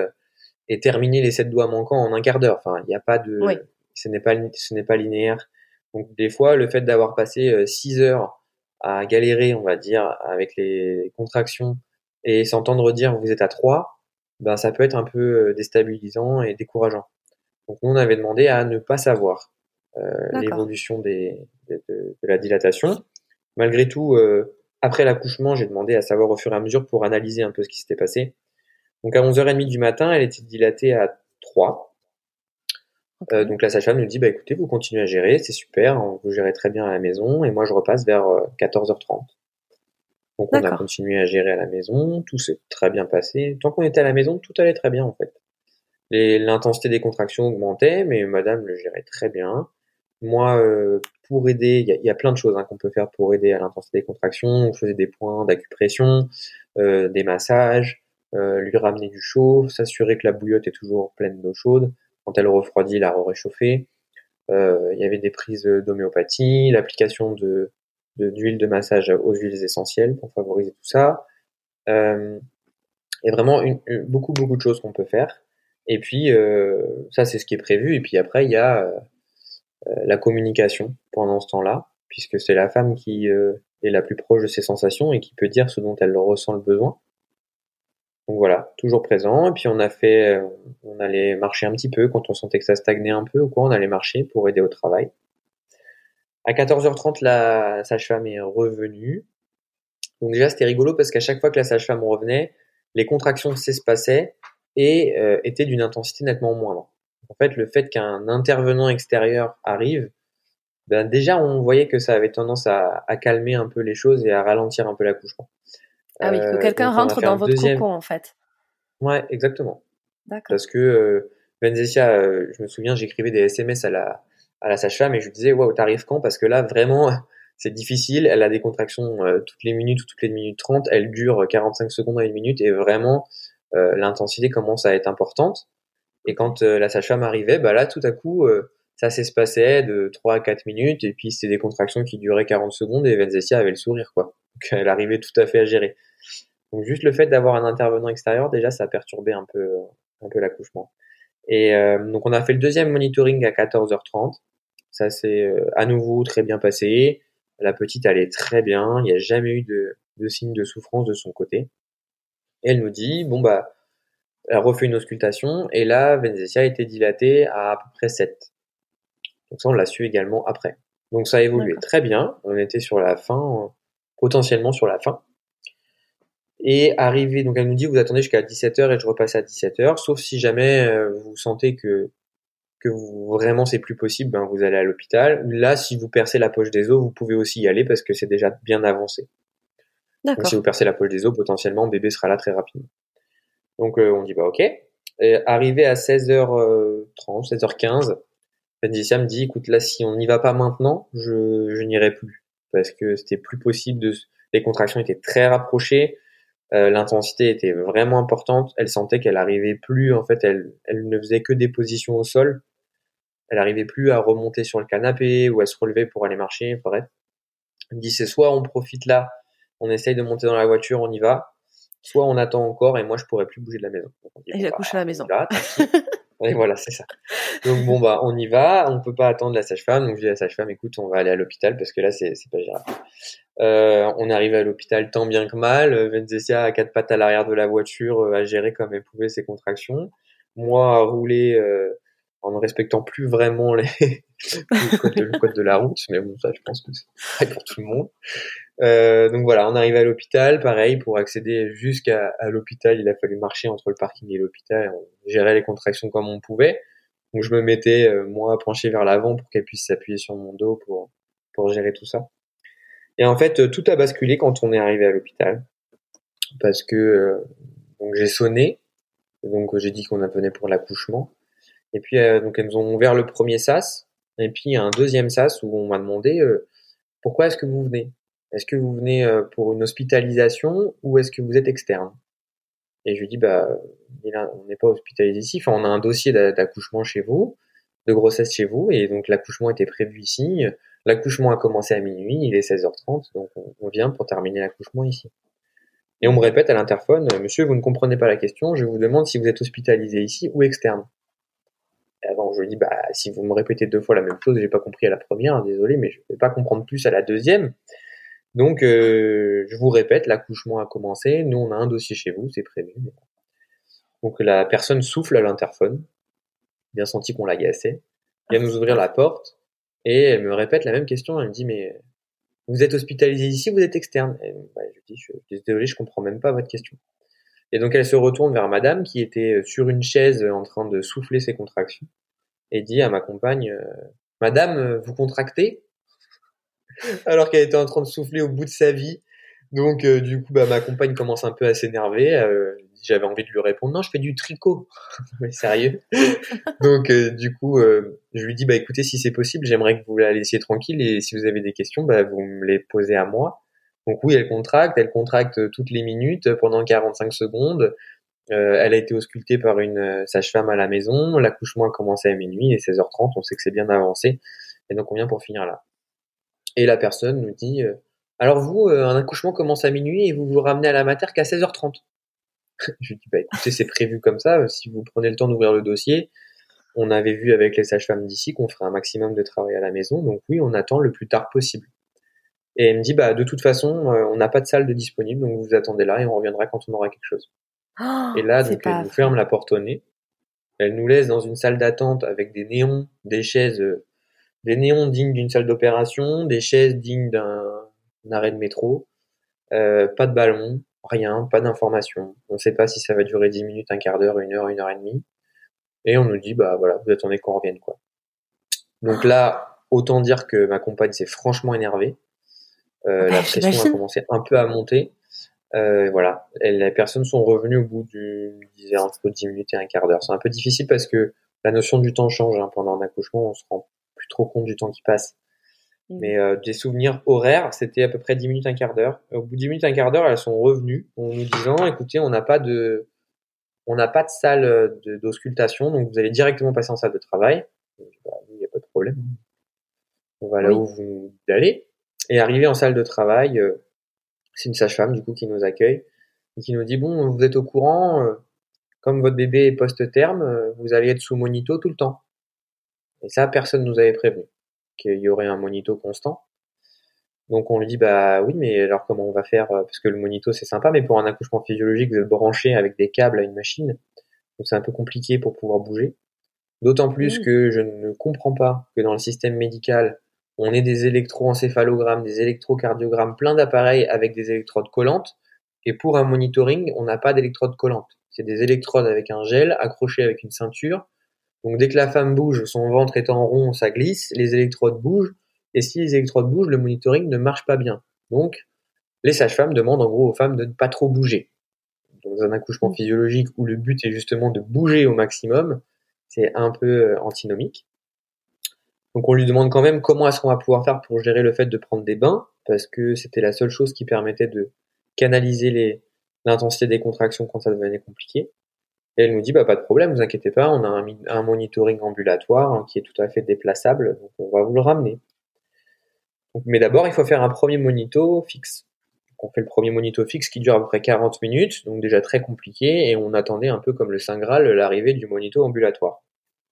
Speaker 2: et terminer les 7 doigts manquants en un quart d'heure. Enfin, il n'y a pas
Speaker 1: Oui.
Speaker 2: de, ce n'est pas linéaire. Donc des fois, le fait d'avoir passé 6 heures à galérer, on va dire, avec les contractions et s'entendre dire vous êtes à 3, ben ça peut être un peu déstabilisant et décourageant. Donc nous, on avait demandé à ne pas savoir
Speaker 1: D'accord.
Speaker 2: l'évolution de la dilatation. Malgré tout, après l'accouchement, j'ai demandé à savoir au fur et à mesure pour analyser un peu ce qui s'était passé. Donc à 11h30 du matin, elle était dilatée à 3.
Speaker 1: Ok.
Speaker 2: Donc la sage-femme nous dit, bah écoutez, vous continuez à gérer, c'est super, vous gérez très bien à la maison, et moi je repasse vers 14h30. Donc on a
Speaker 1: D'accord.
Speaker 2: continué à gérer à la maison, tout s'est très bien passé. Tant qu'on était à la maison, tout allait très bien en fait. L'intensité des contractions augmentait, mais madame le gérait très bien. Moi, pour aider, il y a plein de choses qu'on peut faire pour aider à l'intensité des contractions. On faisait des points d'acupression, des massages, lui ramener du chaud, s'assurer que la bouillotte est toujours pleine d'eau chaude. Quand elle refroidit, la réchauffer. Il y avait des prises d'homéopathie, l'application d'huile de massage aux huiles essentielles pour favoriser tout ça. Euh, et vraiment beaucoup de choses qu'on peut faire. Et puis ça c'est ce qui est prévu. Et puis après il y a la communication pendant ce temps-là, puisque c'est la femme qui est la plus proche de ses sensations et qui peut dire ce dont elle ressent le besoin. Donc voilà, toujours présent. Et puis on allait marcher un petit peu quand on sentait que ça stagnait un peu ou quoi, on allait marcher pour aider au travail. À 14h30, la sage-femme est revenue. Donc déjà, c'était rigolo parce qu'à chaque fois que la sage-femme revenait, les contractions s'espaçaient et étaient d'une intensité nettement moindre. En fait, le fait qu'un intervenant extérieur arrive, ben déjà, on voyait que ça avait tendance à calmer un peu les choses et à ralentir un peu l'accouchement.
Speaker 1: Ah oui, que quelqu'un
Speaker 2: Donc on a
Speaker 1: rentre
Speaker 2: fait un
Speaker 1: dans votre
Speaker 2: deuxième.
Speaker 1: cocon, en fait.
Speaker 2: Ouais, exactement.
Speaker 1: D'accord.
Speaker 2: Parce que Benzessia, je me souviens, j'écrivais des SMS à la sage-femme et je lui disais, waouh, t'arrives quand? Parce que là, vraiment, c'est difficile. Elle a des contractions toutes les minutes ou toutes les minutes 30. Elle dure 45 secondes à une minute et vraiment, l'intensité commence à être importante. Et
Speaker 1: Ok.
Speaker 2: quand la sage-femme arrivait, bah là, tout à coup, ça s'espacait de 3 à 4 minutes et puis c'était des contractions qui duraient 40 secondes et Benzessia avait le sourire, quoi. Donc elle arrivait tout à fait à gérer. Donc juste le fait d'avoir un intervenant extérieur, déjà, ça perturbait un peu l'accouchement. Et donc on a fait le deuxième monitoring à 14h30. Ça s'est à nouveau très bien passé. La petite allait très bien. Il n'y a jamais eu de signe de souffrance de son côté. Et elle nous dit, bon bah, elle refait une auscultation et là, Benzessia a été dilatée à peu près 7. Donc ça, on l'a su également après. Donc ça a évolué
Speaker 1: D'accord.
Speaker 2: très bien. On était sur la fin, potentiellement sur la fin. Et arrivé, donc elle nous dit, vous attendez jusqu'à 17h et je repasse à 17h, sauf si jamais vous sentez que vraiment c'est plus possible, ben vous allez à l'hôpital. Là, si vous percez la poche des os, vous pouvez aussi y aller parce que c'est déjà bien avancé. Donc si vous
Speaker 1: D'accord.
Speaker 2: percez la poche des os, potentiellement bébé sera là très rapidement. Donc on dit bah ok. Et arrivé à 16h30, 16h15, Patricia me dit écoute là si on n'y va pas maintenant, je n'irai plus parce que c'était plus possible les contractions étaient très rapprochées, l'intensité était vraiment importante, elle sentait qu'elle arrivait plus en fait, elle ne faisait que des positions au sol. Elle arrivait plus à remonter sur le canapé ou à se relever pour aller marcher. Bref, elle me dit c'est soit on profite là, on essaye de monter dans la voiture, on y va, soit on attend encore et moi je pourrais plus bouger de la maison. Donc on dit
Speaker 1: Et
Speaker 2: bon
Speaker 1: j'accouche à
Speaker 2: bah
Speaker 1: la
Speaker 2: on y
Speaker 1: maison.
Speaker 2: va, tant pis. Et voilà, c'est ça. Donc bon bah on y va, on peut pas attendre la sage-femme. Donc je dis à la sage-femme écoute, on va aller à l'hôpital parce que là c'est pas gérable. On est arrivé à l'hôpital tant bien que mal. Benzessia à quatre pattes à l'arrière de la voiture à gérer comme elle pouvait ses contractions. Moi à rouler en ne respectant plus vraiment le code de la route, mais bon ça je pense que c'est pareil pour tout le monde. Donc voilà, on arrive à l'hôpital, pareil, pour accéder jusqu'à l'hôpital, il a fallu marcher entre le parking et l'hôpital, on gérait les contractions comme on pouvait. Donc je me mettais, moi, penché vers l'avant pour qu'elle puisse s'appuyer sur mon dos pour gérer tout ça. Et en fait, tout a basculé quand on est arrivé à l'hôpital, parce que donc j'ai sonné, donc j'ai dit qu'on venait pour l'accouchement, et puis donc elles nous ont ouvert le premier sas, et puis un deuxième sas où on m'a demandé pourquoi est-ce que vous venez? Est-ce que vous venez pour une hospitalisation ou est-ce que vous êtes externe? Et je lui dis bah on n'est pas hospitalisé ici, enfin on a un dossier d'accouchement chez vous, de grossesse chez vous, et donc l'accouchement était prévu ici. L'accouchement a commencé à minuit, il est 16h30, donc on vient pour terminer l'accouchement ici. Et on me répète à l'interphone, monsieur, vous ne comprenez pas la question, je vous demande si vous êtes hospitalisé ici ou externe. Et avant, je lui dis, bah, si vous me répétez deux fois la même chose, j'ai pas compris à la première, hein, désolé, mais je vais pas comprendre plus à la deuxième. Donc, je vous répète, l'accouchement a commencé. Nous, on a un dossier chez vous, c'est prévu. Donc, la personne souffle à l'interphone. Bien senti qu'on l'agaçait.
Speaker 1: Ah,
Speaker 2: Vient nous ouvrir la
Speaker 1: super.
Speaker 2: porte. Et elle me répète la même question. Elle me dit, mais vous êtes hospitalisé ici, vous êtes externe. Et, bah, je lui dis, je suis désolé, je comprends même pas votre question. Et donc elle se retourne vers madame qui était sur une chaise en train de souffler ses contractions et dit à ma compagne Madame, vous contractez? Alors qu'elle était en train de souffler au bout de sa vie. Donc du coup ma compagne commence un peu à s'énerver. J'avais envie de lui répondre non, je fais du tricot. Mais sérieux. Donc du coup je lui dis bah écoutez, si c'est possible, j'aimerais que vous la laissiez tranquille et si vous avez des questions, bah vous me les posez à moi. Donc oui, elle contracte toutes les minutes pendant 45 secondes. Elle a été auscultée par une sage-femme à la maison. L'accouchement a commencé à minuit et 16h30. On sait que c'est bien avancé. Et donc on vient pour finir là. Et la personne nous dit alors vous, un accouchement commence à minuit et vous vous ramenez à la mater qu'à 16h30. Je lui dis bah écoutez, c'est prévu comme ça. Si vous prenez le temps d'ouvrir le dossier, on avait vu avec les sages-femmes d'ici qu'on ferait un maximum de travail à la maison. Donc oui, on attend le plus tard possible. Et elle me dit bah de toute façon, on n'a pas de salle de disponible, donc vous attendez là et on reviendra quand on aura quelque chose.
Speaker 1: Oh,
Speaker 2: Et là,
Speaker 1: c'est
Speaker 2: donc, elle
Speaker 1: pas
Speaker 2: nous
Speaker 1: vrai.
Speaker 2: ferme la porte au nez. Elle nous laisse dans une salle d'attente avec des néons, des chaises, des néons dignes d'une salle d'opération, des chaises dignes d'un arrêt de métro, pas de ballon, rien, pas d'information. On ne sait pas si ça va durer 10 minutes, un quart d'heure, une heure et demie. Et on nous dit, bah voilà, vous attendez qu'on revienne, quoi. Donc là, autant dire que ma compagne s'est franchement énervée.
Speaker 1: Ah bah,
Speaker 2: La pression a
Speaker 1: j'imagine.
Speaker 2: commencé un peu à monter. Voilà, les personnes sont revenues au bout je disais, entre 10 minutes et un quart d'heure. C'est un peu difficile parce que la notion du temps change hein, pendant un accouchement, on se rend plus trop compte du temps qui passe.
Speaker 1: Oui.
Speaker 2: Mais des souvenirs horaires, c'était à peu près 10 minutes, un quart d'heure. Au bout de 10 minutes, un quart d'heure, elles sont revenues en nous disant, écoutez, on n'a pas de salle d'auscultation, donc vous allez directement passer en salle de travail. Donc, bah, il n'y a pas de problème. On va là
Speaker 1: Oui.
Speaker 2: où vous allez. Et arrivé en salle de travail, c'est une sage-femme du coup qui nous accueille et qui nous dit bon, vous êtes au courant, comme votre bébé est post-terme, vous allez être sous monito tout le temps. Et ça, personne nous avait prévenu qu'il y aurait un monito constant. Donc on lui dit bah oui, mais alors comment on va faire parce que le monito c'est sympa, mais pour un accouchement physiologique vous êtes branché avec des câbles à une machine, donc c'est un peu compliqué pour pouvoir bouger. D'autant plus
Speaker 1: Oui.
Speaker 2: que je ne comprends pas que dans le système médical on ait des électroencéphalogrammes, des électrocardiogrammes, plein d'appareils avec des électrodes collantes, et pour un monitoring on n'a pas d'électrodes collantes. C'est des électrodes avec un gel accroché avec une ceinture. Donc dès que la femme bouge, son ventre étant rond, ça glisse, les électrodes bougent, et si les électrodes bougent, le monitoring ne marche pas bien. Donc les sages-femmes demandent en gros aux femmes de ne pas trop bouger. Dans un accouchement
Speaker 1: Mm.
Speaker 2: physiologique où le but est justement de bouger au maximum, c'est un peu antinomique. Donc on lui demande quand même comment est-ce qu'on va pouvoir faire pour gérer le fait de prendre des bains, parce que c'était la seule chose qui permettait de canaliser l'intensité des contractions quand ça devenait compliqué. Et elle nous dit, bah, pas de problème, vous inquiétez pas, on a un monitoring ambulatoire hein, qui est tout à fait déplaçable, donc on va vous le ramener. Donc, mais d'abord, il faut faire un premier monito fixe. Donc, on fait le premier monito fixe qui dure à peu près 40 minutes, donc déjà très compliqué, et on attendait un peu comme le Saint Graal l'arrivée du monito ambulatoire.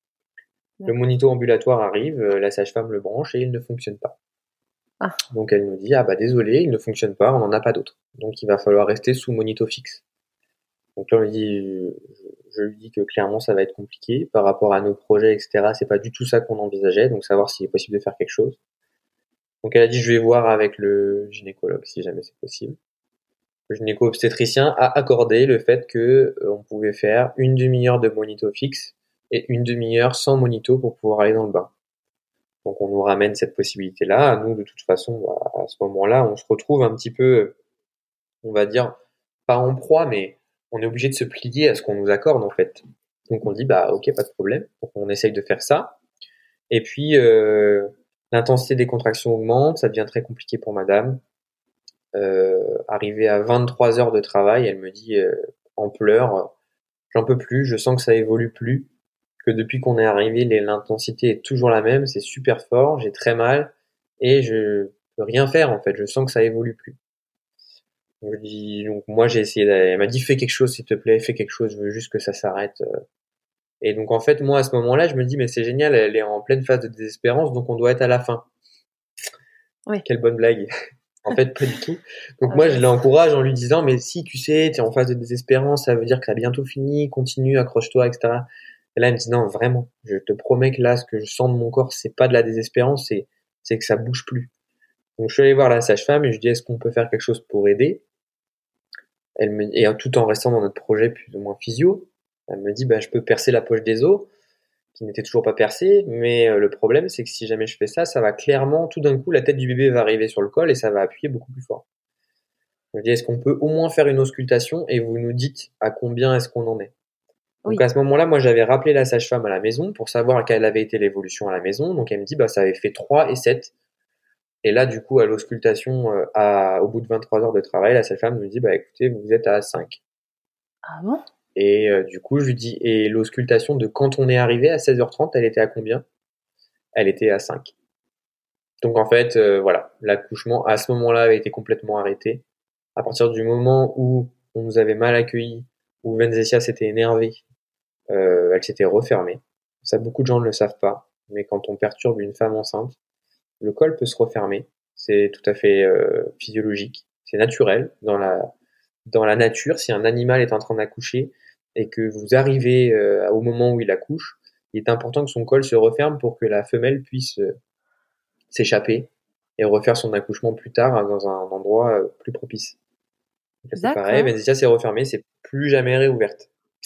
Speaker 2: Le
Speaker 1: D'accord.
Speaker 2: monito ambulatoire arrive, la sage-femme le branche et il ne fonctionne pas.
Speaker 1: Ah,
Speaker 2: Donc elle nous dit, ah bah désolé, il ne fonctionne pas, on n'en a pas d'autre. Donc il va falloir rester sous monito fixe. Donc là, on lui dit, je lui dis que clairement, ça va être compliqué par rapport à nos projets, etc. C'est pas du tout ça qu'on envisageait, donc savoir s'il est possible de faire quelque chose. Donc elle a dit, je vais voir avec le gynécologue si jamais c'est possible. Le gynéco-obstétricien a accordé le fait que on pouvait faire une demi-heure de monito fixe et une demi-heure sans monito pour pouvoir aller dans le bain. Donc on nous ramène cette possibilité-là. Nous, de toute façon, à ce moment-là, on se retrouve un petit peu, on va dire, pas en proie, mais on est obligé de se plier à ce qu'on nous accorde en fait. Donc on dit bah ok, pas de problème. Donc on essaye de faire ça. Et puis l'intensité des contractions augmente, ça devient très compliqué pour madame. Arrivé à 23 heures de travail, elle me dit en pleurs, j'en peux plus, je sens que ça évolue plus, que depuis qu'on est arrivé, l'intensité est toujours la même, c'est super fort, j'ai très mal et je peux rien faire en fait, je sens que ça évolue plus. Donc moi j'ai essayé, elle m'a dit fais quelque chose s'il te plaît, fais quelque chose, je veux juste que ça s'arrête. Et donc en fait moi à ce moment-là je me dis mais c'est génial, elle est en pleine phase de désespérance donc on doit être à la fin.
Speaker 1: oui.
Speaker 2: Quelle bonne blague. En fait pas du tout. Donc
Speaker 1: Ah
Speaker 2: moi je
Speaker 1: mince.
Speaker 2: l'encourage en lui disant mais si tu sais t'es en phase de désespérance ça veut dire que t'as bientôt fini, continue, accroche-toi etc. Et là elle me dit non vraiment, je te promets que là ce que je sens de mon corps c'est pas de la désespérance, c'est que ça bouge plus. Donc je suis allé voir la sage-femme et je lui dis est-ce qu'on peut faire quelque chose pour aider. Et tout en restant dans notre projet plus ou moins physio, elle me dit, je peux percer la poche des os, qui n'était toujours pas percée, mais le problème, c'est que si jamais je fais ça, ça va clairement, tout d'un coup, la tête du bébé va arriver sur le col et ça va appuyer beaucoup plus fort. Je me dis, est-ce qu'on peut au moins faire une auscultation et vous nous dites à combien est-ce qu'on en est? Donc
Speaker 1: Oui.
Speaker 2: à ce moment-là, moi j'avais rappelé la sage-femme à la maison pour savoir quelle avait été l'évolution à la maison. Donc elle me dit, ça avait fait 3 et 7. Et là, du coup, à l'auscultation, au bout de 23 heures de travail, la sage-femme me dit, écoutez, vous êtes à 5.
Speaker 1: Ah bon?
Speaker 2: Et du coup, je lui dis, et l'auscultation de quand on est arrivé à 16h30, elle était à combien? Elle était à 5. Donc en fait, voilà, l'accouchement à ce moment-là avait été complètement arrêté. À partir du moment où on nous avait mal accueillis, où Venzesia s'était énervée, elle s'était refermée. Ça, beaucoup de gens ne le savent pas, mais quand on perturbe une femme enceinte, le col peut se refermer. C'est tout à fait physiologique, c'est naturel dans la nature. Si un animal est en train d'accoucher et que vous arrivez au moment où il accouche, il est important que son col se referme pour que la femelle puisse s'échapper et refaire son accouchement plus tard dans un endroit plus propice. Donc là, c'est pareil,
Speaker 1: D'accord.
Speaker 2: Venezia s'est refermée, c'est plus jamais réouverte.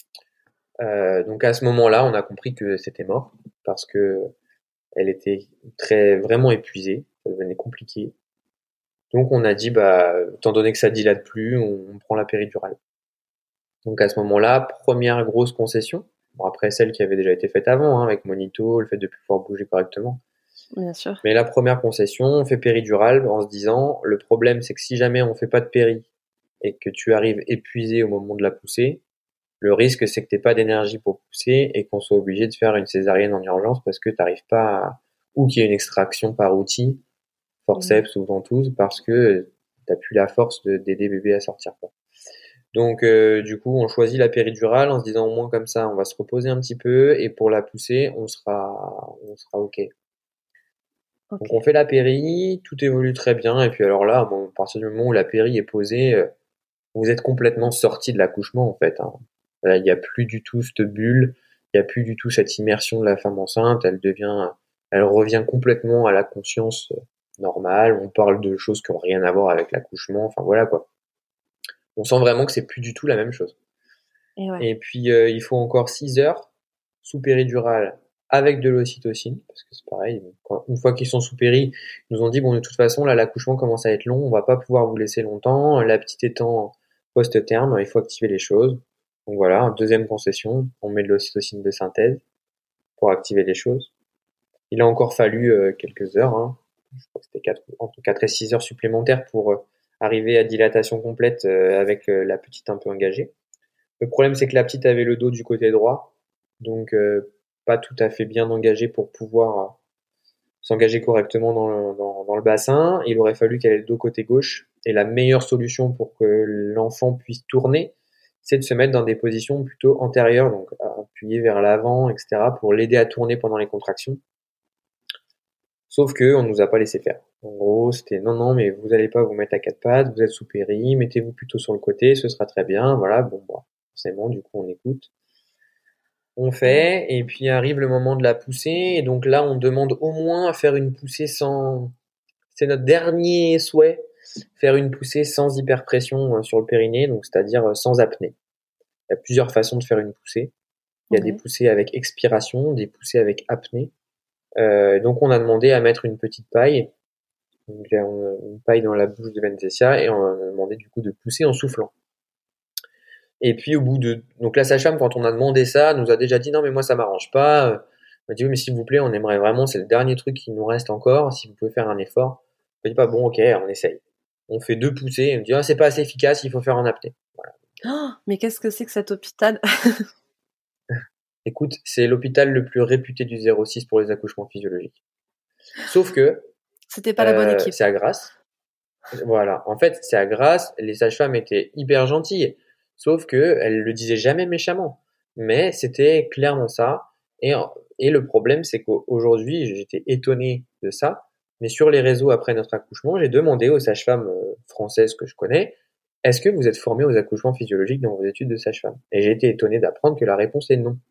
Speaker 2: Donc à ce moment-là, on a compris que c'était mort parce que elle était vraiment épuisée, ça devenait compliqué. Donc on a dit, étant donné que ça dilate plus, on prend la péridurale. Donc à ce moment-là, première grosse concession. Bon, après celle qui avait déjà été faite avant, hein, avec Monito, le fait de pouvoir bouger correctement.
Speaker 1: Bien sûr.
Speaker 2: Mais la première concession, on fait péridurale en se disant, le problème c'est que si jamais on fait pas de péri et que tu arrives épuisé au moment de la poussée, le risque c'est que t'aies pas d'énergie pour pousser et qu'on soit obligé de faire une césarienne en urgence parce que t'arrives pas ou qu'il y ait une extraction par outil,
Speaker 1: Mhm.
Speaker 2: forceps ou ventouse, parce que t'as plus la force d'aider bébé à sortir, quoi. Donc du coup, on choisit la péridurale en se disant au moins comme ça, on va se reposer un petit peu et pour la pousser, on sera OK.
Speaker 1: Ok.
Speaker 2: Donc on fait la péri, tout évolue très bien et puis alors là, à partir du moment où la péri est posée, vous êtes complètement sorti de l'accouchement en fait, hein. Là, il n'y a plus du tout cette bulle, il n'y a plus du tout cette immersion de la femme enceinte, elle revient complètement à la conscience normale, on parle de choses qui ont rien à voir avec l'accouchement, enfin voilà quoi. On sent vraiment que c'est plus du tout la même chose.
Speaker 1: Et ouais.
Speaker 2: Et puis il faut encore 6 heures sous péridurale avec de l'ocytocine, parce que c'est pareil, une fois qu'ils sont sous péri, ils nous ont dit bon de toute façon là l'accouchement commence à être long, on va pas pouvoir vous laisser longtemps, la petite étant post-terme, il faut activer les choses. Donc voilà, deuxième concession, on met de l'ocytocine de synthèse pour activer les choses. Il a encore fallu quelques heures, hein. Je crois que c'était entre 4 et 6 heures supplémentaires pour arriver à dilatation complète avec la petite un peu engagée. Le problème, c'est que la petite avait le dos du côté droit, donc pas tout à fait bien engagée pour pouvoir s'engager correctement dans le bassin. Il aurait fallu qu'elle ait le dos côté gauche, et la meilleure solution pour que l'enfant puisse tourner, c'est de se mettre dans des positions plutôt antérieures, donc appuyer vers l'avant, etc., pour l'aider à tourner pendant les contractions. Sauf que on nous a pas laissé faire. En gros, c'était non, non, mais vous allez pas vous mettre à quatre pattes, vous êtes sous péri, mettez-vous plutôt sur le côté, ce sera très bien. Voilà, bon, forcément, du coup, on écoute. On
Speaker 1: Ouais.
Speaker 2: fait, et puis arrive le moment de la poussée, et donc là, on demande au moins à faire une poussée sans. C'est notre dernier souhait, faire une poussée sans hyperpression sur le périnée, donc c'est-à-dire sans apnée. Il y a plusieurs façons de faire une poussée. Il y a des
Speaker 1: Ouais.
Speaker 2: poussées avec expiration, des poussées avec apnée. Donc on a demandé à mettre une petite paille, donc une paille dans la bouche de Benzesia, et on a demandé du coup de pousser en soufflant. Et puis donc la sage-femme, quand on a demandé ça, nous a déjà dit non mais moi ça m'arrange pas. On m'a dit oui mais s'il vous plaît, on aimerait vraiment, c'est le dernier truc qui nous reste encore, si vous pouvez faire un effort. On dit pas bon ok, on essaye. On fait 2 poussées, et on dit ah c'est pas assez efficace, il faut faire en apnée. Voilà.
Speaker 1: Oh, mais qu'est-ce que c'est que cet hôpital?
Speaker 2: Écoute, c'est l'hôpital le plus réputé du 06 pour les accouchements physiologiques. Sauf que
Speaker 1: C'était pas la bonne équipe.
Speaker 2: c'est à Grasse. Voilà. En fait, c'est à Grasse, les sages-femmes étaient hyper gentilles. Sauf que elles le disaient jamais méchamment. Mais c'était clairement ça. Et, et le problème, c'est qu'aujourd'hui, j'étais étonné de ça. Mais sur les réseaux après notre accouchement, j'ai demandé aux sages-femmes françaises que je connais, est-ce que vous êtes formés aux accouchements physiologiques dans vos études de sage-femme? Et j'ai été étonné d'apprendre que la réponse est non.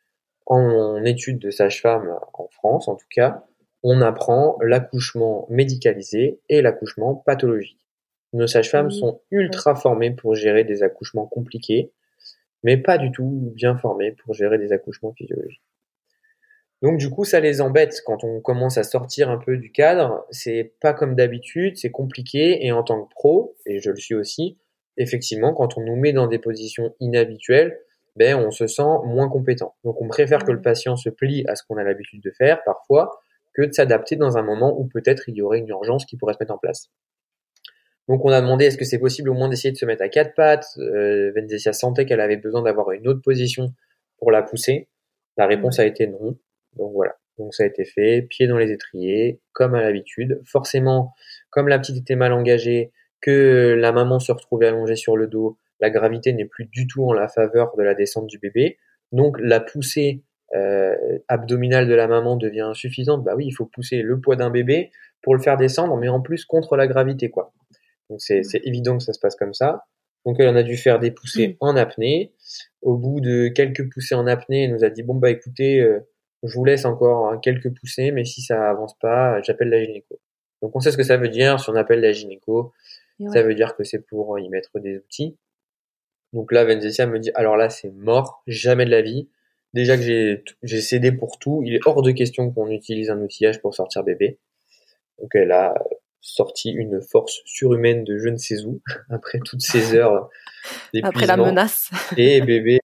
Speaker 2: En études de sage-femme en France, en tout cas, on apprend l'accouchement médicalisé et l'accouchement pathologique. Nos sages-femmes sont ultra formées pour gérer des accouchements compliqués, mais pas du tout bien formées pour gérer des accouchements physiologiques. Donc du coup, ça les embête quand on commence à sortir un peu du cadre. C'est pas comme d'habitude, c'est compliqué. Et en tant que pro, et je le suis aussi, effectivement, quand on nous met dans des positions inhabituelles, ben on se sent moins compétent. Donc on préfère que le patient se plie à ce qu'on a l'habitude de faire parfois, que de s'adapter dans un moment où peut-être il y aurait une urgence qui pourrait se mettre en place. Donc on a demandé est-ce que c'est possible au moins d'essayer de se mettre à quatre pattes. Venzesia sentait qu'elle avait besoin d'avoir une autre position pour la pousser. La réponse a été non. Donc voilà. Donc ça a été fait, pied dans les étriers, comme à l'habitude. Forcément, comme la petite était mal engagée, que la maman se retrouvait allongée sur le dos, la gravité n'est plus du tout en la faveur de la descente du bébé. Donc la poussée abdominale de la maman devient insuffisante. Bah oui, il faut pousser le poids d'un bébé pour le faire descendre, mais en plus contre la gravité, quoi. Donc c'est évident que ça se passe comme ça. Donc elle en a dû faire des poussées en apnée. Au bout de quelques poussées en apnée, elle nous a dit bon bah écoutez, je vous laisse encore quelques poussées, mais si ça avance pas, j'appelle la gynéco. Donc on sait ce que ça veut dire. Si on appelle la gynéco, ça veut dire que c'est pour y mettre des outils. Donc là, Venzesia me dit alors là c'est mort, jamais de la vie. Déjà que j'ai cédé pour tout, il est hors de question qu'on utilise un outillage pour sortir bébé. Donc elle a sorti une force surhumaine de je ne sais où après toutes ces heures d'épuisement.
Speaker 1: Après la menace.
Speaker 2: Et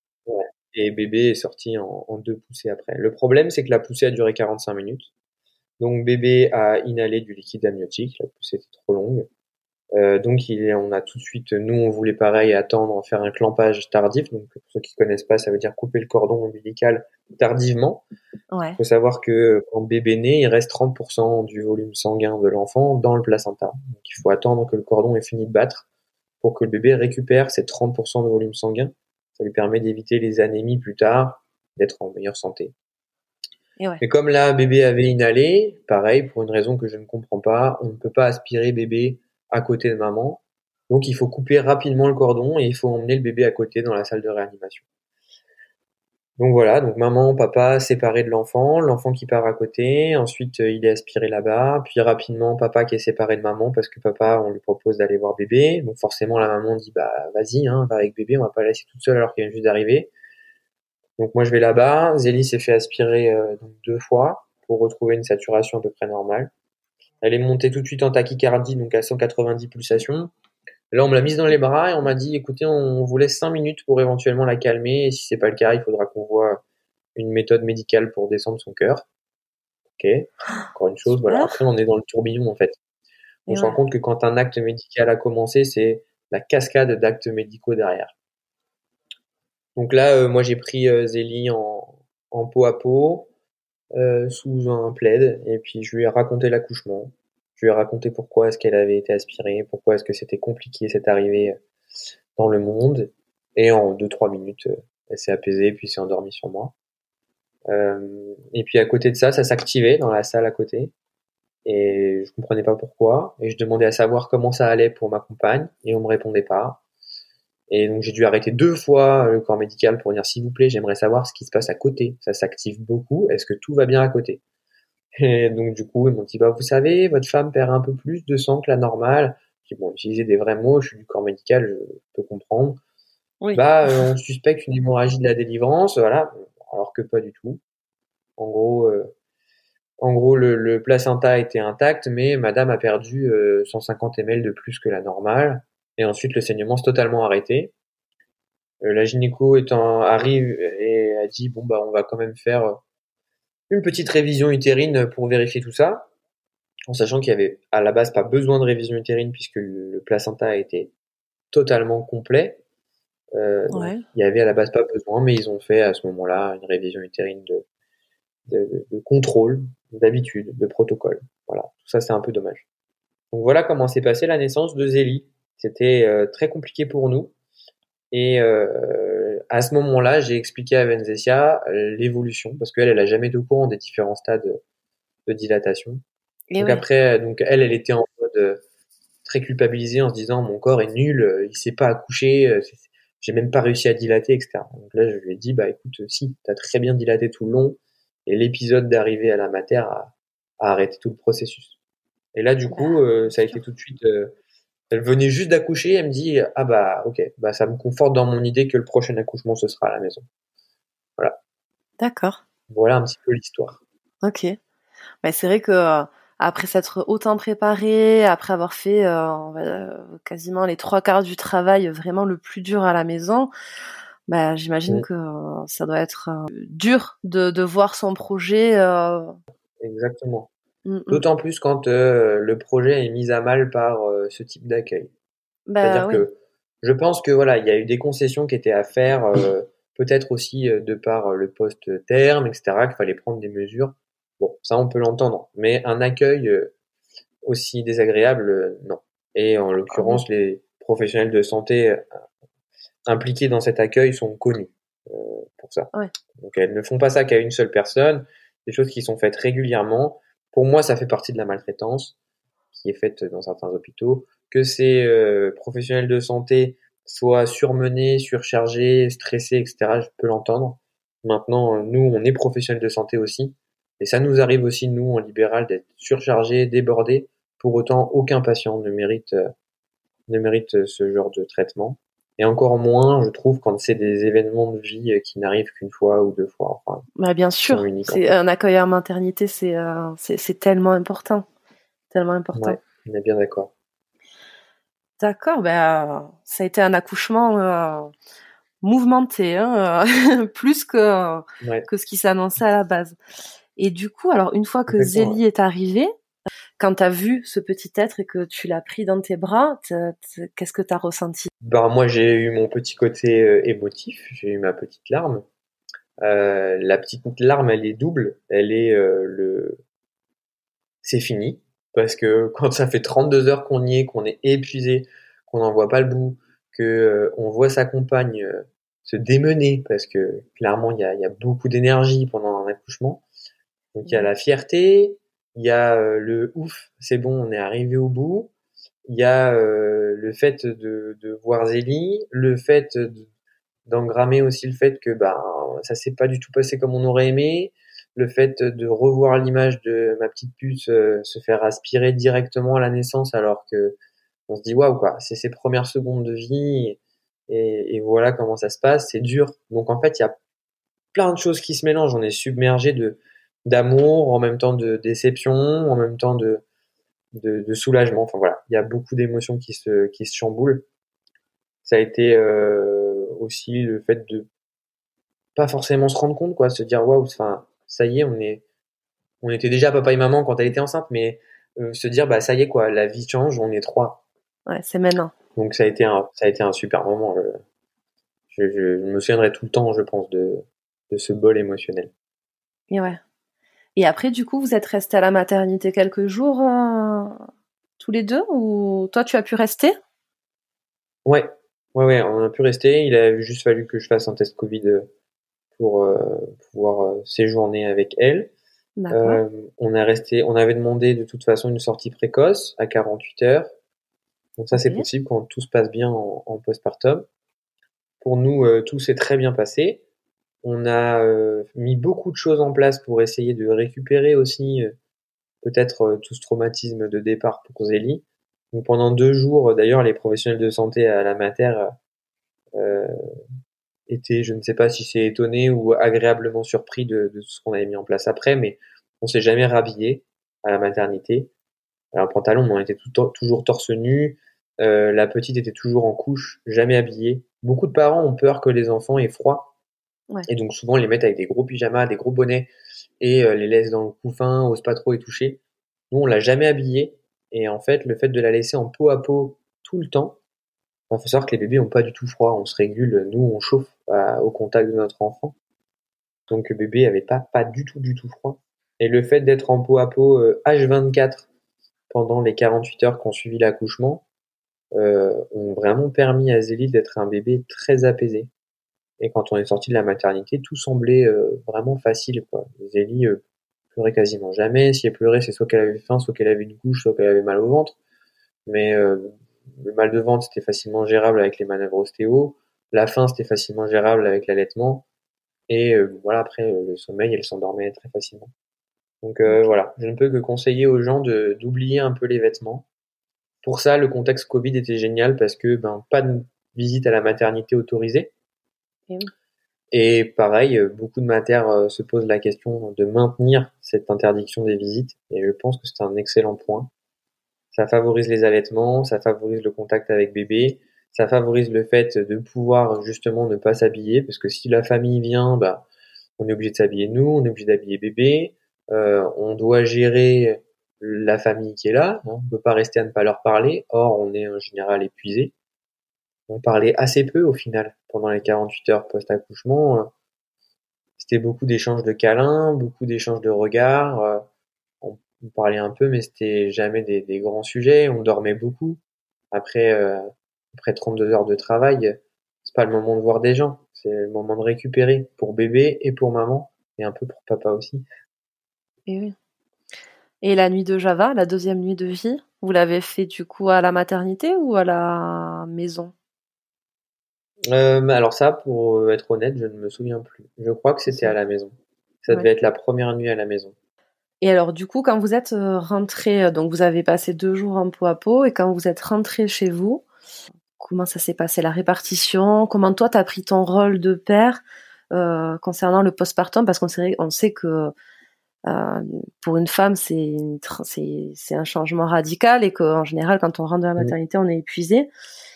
Speaker 2: bébé est sorti en deux poussées après. Le problème, c'est que la poussée a duré 45 minutes. Donc bébé a inhalé du liquide amniotique. La poussée était trop longue. Donc on a tout de suite, nous on voulait pareil attendre, faire un clampage tardif. Donc pour ceux qui connaissent pas, ça veut dire couper le cordon ombilical tardivement. Il faut savoir que quand bébé naît, il reste 30% du volume sanguin de l'enfant dans le placenta. Donc il faut attendre que le cordon ait fini de battre pour que le bébé récupère ces 30% de volume sanguin. Ça lui permet d'éviter les anémies plus tard, d'être en meilleure santé. Mais comme là, bébé avait inhalé, pareil, pour une raison que je ne comprends pas, on ne peut pas aspirer bébé à côté de maman. Donc il faut couper rapidement le cordon et il faut emmener le bébé à côté dans la salle de réanimation. Donc voilà, donc maman, papa séparés de l'enfant qui part à côté, ensuite il est aspiré là-bas, puis rapidement papa qui est séparé de maman parce que papa on lui propose d'aller voir bébé, donc forcément la maman dit bah vas-y hein, va avec bébé, on va pas la laisser toute seule alors qu'elle vient juste d'arriver. Donc moi je vais là-bas, Zélie s'est fait aspirer donc 2 fois pour retrouver une saturation à peu près normale. Elle est montée tout de suite en tachycardie donc à 190 pulsations. Là, on me l'a mise dans les bras et on m'a dit, écoutez, on vous laisse 5 minutes pour éventuellement la calmer. Et si c'est pas le cas, il faudra qu'on voit une méthode médicale pour descendre son cœur. Ok. Encore une chose, voilà. Après, on est dans le tourbillon, en fait. On se rend compte que quand un acte médical a commencé, c'est la cascade d'actes médicaux derrière. Donc là, moi, j'ai pris Zélie en peau à peau, sous un plaid, et puis je lui ai raconté l'accouchement. Je lui ai raconté pourquoi est-ce qu'elle avait été aspirée, pourquoi est-ce que c'était compliqué cette arrivée dans le monde. Et en 2-3 minutes, elle s'est apaisée puis s'est endormie sur moi. Et puis à côté de ça, ça s'activait dans la salle à côté. Et je comprenais pas pourquoi. Et je demandais à savoir comment ça allait pour ma compagne. Et on me répondait pas. Et donc j'ai dû arrêter 2 fois le corps médical pour dire s'il vous plaît, j'aimerais savoir ce qui se passe à côté. Ça s'active beaucoup. Est-ce que tout va bien à côté? Et donc du coup, ils m'ont dit bah vous savez, votre femme perd un peu plus de sang que la normale. J'ai dit bon, utiliser des vrais mots, je suis du corps médical, je peux comprendre.
Speaker 1: Oui.
Speaker 2: On suspecte une hémorragie de la délivrance, voilà, alors que pas du tout. En gros, le placenta était intact, mais madame a perdu 150 ml de plus que la normale. Et ensuite, le saignement s'est totalement arrêté. La gynéco arrive et a dit bon bah on va quand même faire une petite révision utérine pour vérifier tout ça, en sachant qu'il y avait à la base pas besoin de révision utérine puisque le placenta était totalement complet. Donc, il y avait à la base pas besoin, mais ils ont fait à ce moment-là une révision utérine de contrôle, d'habitude, de protocole. Voilà, tout ça c'est un peu dommage. Donc voilà comment s'est passée la naissance de Zélie. C'était très compliqué pour nous. Et à ce moment-là, j'ai expliqué à Venzesia l'évolution, parce qu'elle a jamais été au courant des différents stades de dilatation. Donc après, elle était en mode très culpabilisée en se disant mon corps est nul, il sait pas accoucher, j'ai même pas réussi à dilater, etc. Donc là, je lui ai dit bah écoute, si, t'as très bien dilaté tout le long, et l'épisode d'arrivée à la mater a arrêté tout le processus. Et là, du coup, ça a été tout de suite Elle venait juste d'accoucher, elle me dit ah bah ok, bah ça me conforte dans mon idée que le prochain accouchement ce sera à la maison. Voilà.
Speaker 1: D'accord.
Speaker 2: Voilà un petit peu l'histoire.
Speaker 1: Ok. Bah, c'est vrai que après s'être autant préparé, après avoir fait quasiment les 3/4 du travail vraiment le plus dur à la maison, bah, j'imagine
Speaker 2: Mm,
Speaker 1: que ça doit être dur de voir son projet.
Speaker 2: exactement.
Speaker 1: Mm, mm.
Speaker 2: D'autant plus quand le projet est mis à mal par ce type d'accueil.
Speaker 1: Bah
Speaker 2: C'est-à-dire
Speaker 1: oui.
Speaker 2: que je pense que voilà, il y a eu des concessions qui étaient à faire, peut-être aussi de par le poste terme, etc., qu'il fallait prendre des mesures. Bon, ça on peut l'entendre, mais un accueil aussi désagréable, non. Et en
Speaker 1: Ah oui.
Speaker 2: l'occurrence, les professionnels de santé impliqués dans cet accueil sont connus euh, pour ça.
Speaker 1: Ouais.
Speaker 2: Donc elles ne font pas ça qu'à une seule personne, des choses qui sont faites régulièrement. Pour moi, ça fait partie de la maltraitance qui est faite dans certains hôpitaux, que ces professionnels de santé soient surmenés, surchargés, stressés, etc. Je peux l'entendre. Maintenant, nous, on est professionnels de santé aussi, et ça nous arrive aussi, nous, en libéral, d'être surchargés, débordés. Pour autant, aucun patient ne mérite ce genre de traitement. Et encore moins, je trouve, quand c'est des événements de vie qui n'arrivent qu'une fois ou deux fois, enfin,
Speaker 1: Bah bien
Speaker 2: qui sont
Speaker 1: sûr.
Speaker 2: uniques en
Speaker 1: C'est
Speaker 2: fait.
Speaker 1: un accueil en maternité, c'est tellement important, tellement important.
Speaker 2: Ouais, on est bien d'accord.
Speaker 1: D'accord. Bah ça a été un accouchement mouvementé, hein, plus
Speaker 2: Ouais,
Speaker 1: que ce qui s'annonçait à la base. Et du coup, alors une fois que
Speaker 2: complètement. Ouais.
Speaker 1: Zélie est arrivée, quand t'as vu ce petit être et que tu l'as pris dans tes bras, qu'est-ce que t'as ressenti?
Speaker 2: Ben, moi, j'ai eu mon petit côté émotif, j'ai eu ma petite larme. La petite larme, elle est double. Elle est c'est fini. Parce que quand ça fait 32 heures qu'on y est, qu'on est épuisé, qu'on n'en voit pas le bout, que on voit sa compagne se démener, parce que clairement, il y a beaucoup d'énergie pendant un accouchement. Donc il y a
Speaker 1: Mhm.
Speaker 2: la fierté, il y a le ouf, c'est bon, on est arrivé au bout. Il y a le fait de voir Zélie, le fait d'engrammer aussi le fait que bah ça s'est pas du tout passé comme on aurait aimé, le fait de revoir l'image de ma petite puce se faire aspirer directement à la naissance alors que on se dit waouh quoi, c'est ses premières secondes de vie et voilà comment ça se passe, c'est dur. Donc en fait il y a plein de choses qui se mélangent, on est submergé de d'amour, en même temps de déception, en même temps de soulagement. Enfin voilà, il y a beaucoup d'émotions qui se chamboulent. Ça a été aussi le fait de pas forcément se rendre compte, quoi, se dire waouh, enfin ça y est, on était déjà papa et maman quand elle était enceinte, mais se dire bah ça y est quoi, la vie change, on est trois.
Speaker 1: Ouais, c'est maintenant.
Speaker 2: Donc ça a été un super moment. Je me souviendrai tout le temps, je pense, de ce bol émotionnel.
Speaker 1: Et ouais. Et après, du coup, vous êtes restés à la maternité quelques jours tous les deux, ou toi tu as pu rester?
Speaker 2: Ouais, ouais, on a pu rester. Il a juste fallu que je fasse un test Covid pour pouvoir séjourner avec elle.
Speaker 1: D'accord.
Speaker 2: Euh, on avait demandé de toute façon une sortie précoce à 48 heures. Donc ça,
Speaker 1: Ok.
Speaker 2: c'est possible quand tout se passe bien en postpartum. Pour nous, tout s'est très bien passé. On a mis beaucoup de choses en place pour essayer de récupérer aussi peut-être tout ce traumatisme de départ pour Zélie. Donc pendant 2 jours, d'ailleurs, les professionnels de santé à la mater euh, étaient, je ne sais pas si c'est étonné ou agréablement surpris de tout ce qu'on avait mis en place après, mais on s'est jamais rhabillé à la maternité. Alors, pantalon, mais on était toujours torse nu. La petite était toujours en couche, jamais habillée. Beaucoup de parents ont peur que les enfants aient froid
Speaker 1: Ouais.
Speaker 2: et donc souvent les mettent avec des gros pyjamas, des gros bonnets et les laissent dans le couffin, osent pas trop y toucher. Nous, on l'a jamais habillée et en fait, le fait de la laisser en peau à peau tout le temps, il faut savoir que les bébés ont pas du tout froid, on se régule, nous on chauffe au contact de notre enfant. Donc le bébé avait pas du tout froid. Et le fait d'être en peau à peau H24 pendant les 48 heures qui ont suivi l'accouchement, ont vraiment permis à Zélie d'être un bébé très apaisé. Et quand on est sorti de la maternité, tout semblait vraiment facile, quoi. Zélie pleurait quasiment jamais. Si elle pleurait, c'est soit qu'elle avait faim, soit qu'elle avait une couche, soit qu'elle avait mal au ventre. Mais le mal de ventre, c'était facilement gérable avec les manœuvres ostéo. La faim, c'était facilement gérable avec l'allaitement. Et voilà, après, le sommeil, elle s'endormait très facilement. Donc
Speaker 1: Ok.
Speaker 2: voilà, je ne peux que conseiller aux gens d'oublier un peu les vêtements Pour ça, le contexte Covid était génial parce que pas de visite à la maternité autorisée.
Speaker 1: Et oui.
Speaker 2: Et pareil, beaucoup de matères se posent la question de maintenir cette interdiction des visites. Et je pense que c'est un excellent point. Ça favorise les allaitements, ça favorise le contact avec bébé, ça favorise le fait de pouvoir justement ne pas s'habiller, parce que si la famille vient, on est obligé de s'habiller nous, on est obligé d'habiller bébé, on doit gérer la famille qui est là, hein, on peut pas rester à ne pas leur parler, or on est en général épuisé. On parlait assez peu au final pendant les 48 heures post-accouchement. C'était beaucoup d'échanges de câlins, beaucoup d'échanges de regards. On parlait un peu, mais c'était jamais des grands sujets. On dormait beaucoup. Après, après 32 heures de travail, c'est pas le moment de voir des gens. C'est le moment de récupérer pour bébé et pour maman et un peu pour papa aussi.
Speaker 1: Et oui. Et la nuit de Java, la deuxième nuit de vie, vous l'avez fait du coup à la maternité ou à la maison?
Speaker 2: Mais alors ça, pour être honnête, je ne me souviens plus. Je crois que c'était à la maison. Ça
Speaker 1: Ouais.
Speaker 2: devait être la première nuit à la maison.
Speaker 1: Et alors du coup, quand vous êtes rentré, donc vous avez passé 2 jours en peau à peau, et quand vous êtes rentré chez vous, comment ça s'est passé la répartition? Comment toi t'as pris ton rôle de père concernant le postpartum? Parce on sait que euh, pour une femme c'est un changement radical et qu'en général quand on rentre de la
Speaker 2: Mm.
Speaker 1: maternité on est épuisé.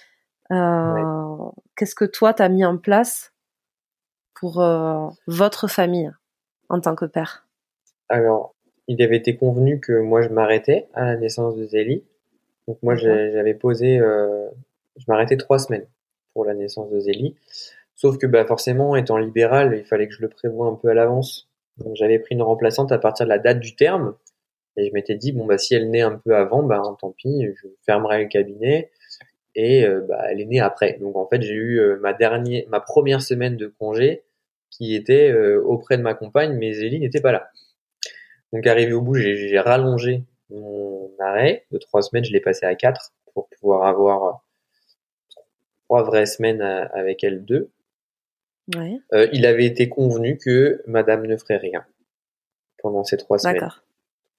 Speaker 2: Ouais.
Speaker 1: Qu'est-ce que toi t'as mis en place pour votre famille en tant que père?
Speaker 2: Alors, il avait été convenu que moi je m'arrêtais à la naissance de Zélie. Donc moi
Speaker 1: D'accord.
Speaker 2: j'avais posé, je m'arrêtais 3 semaines pour la naissance de Zélie. Sauf que forcément, étant libéral, il fallait que je le prévoie un peu à l'avance. Donc j'avais pris une remplaçante à partir de la date du terme. Et je m'étais dit, bon si elle naît un peu avant, tant pis, je fermerai le cabinet. Et elle est née après. Donc en fait, j'ai eu ma première semaine de congé qui était auprès de ma compagne, mais Zélie n'était pas là. Donc arrivé au bout, j'ai rallongé mon arrêt de 3 semaines, je l'ai passé à 4 pour pouvoir avoir 3 vraies semaines avec elle deux.
Speaker 1: Ouais.
Speaker 2: Il avait été convenu que madame ne ferait rien pendant ces 3 semaines.
Speaker 1: D'accord.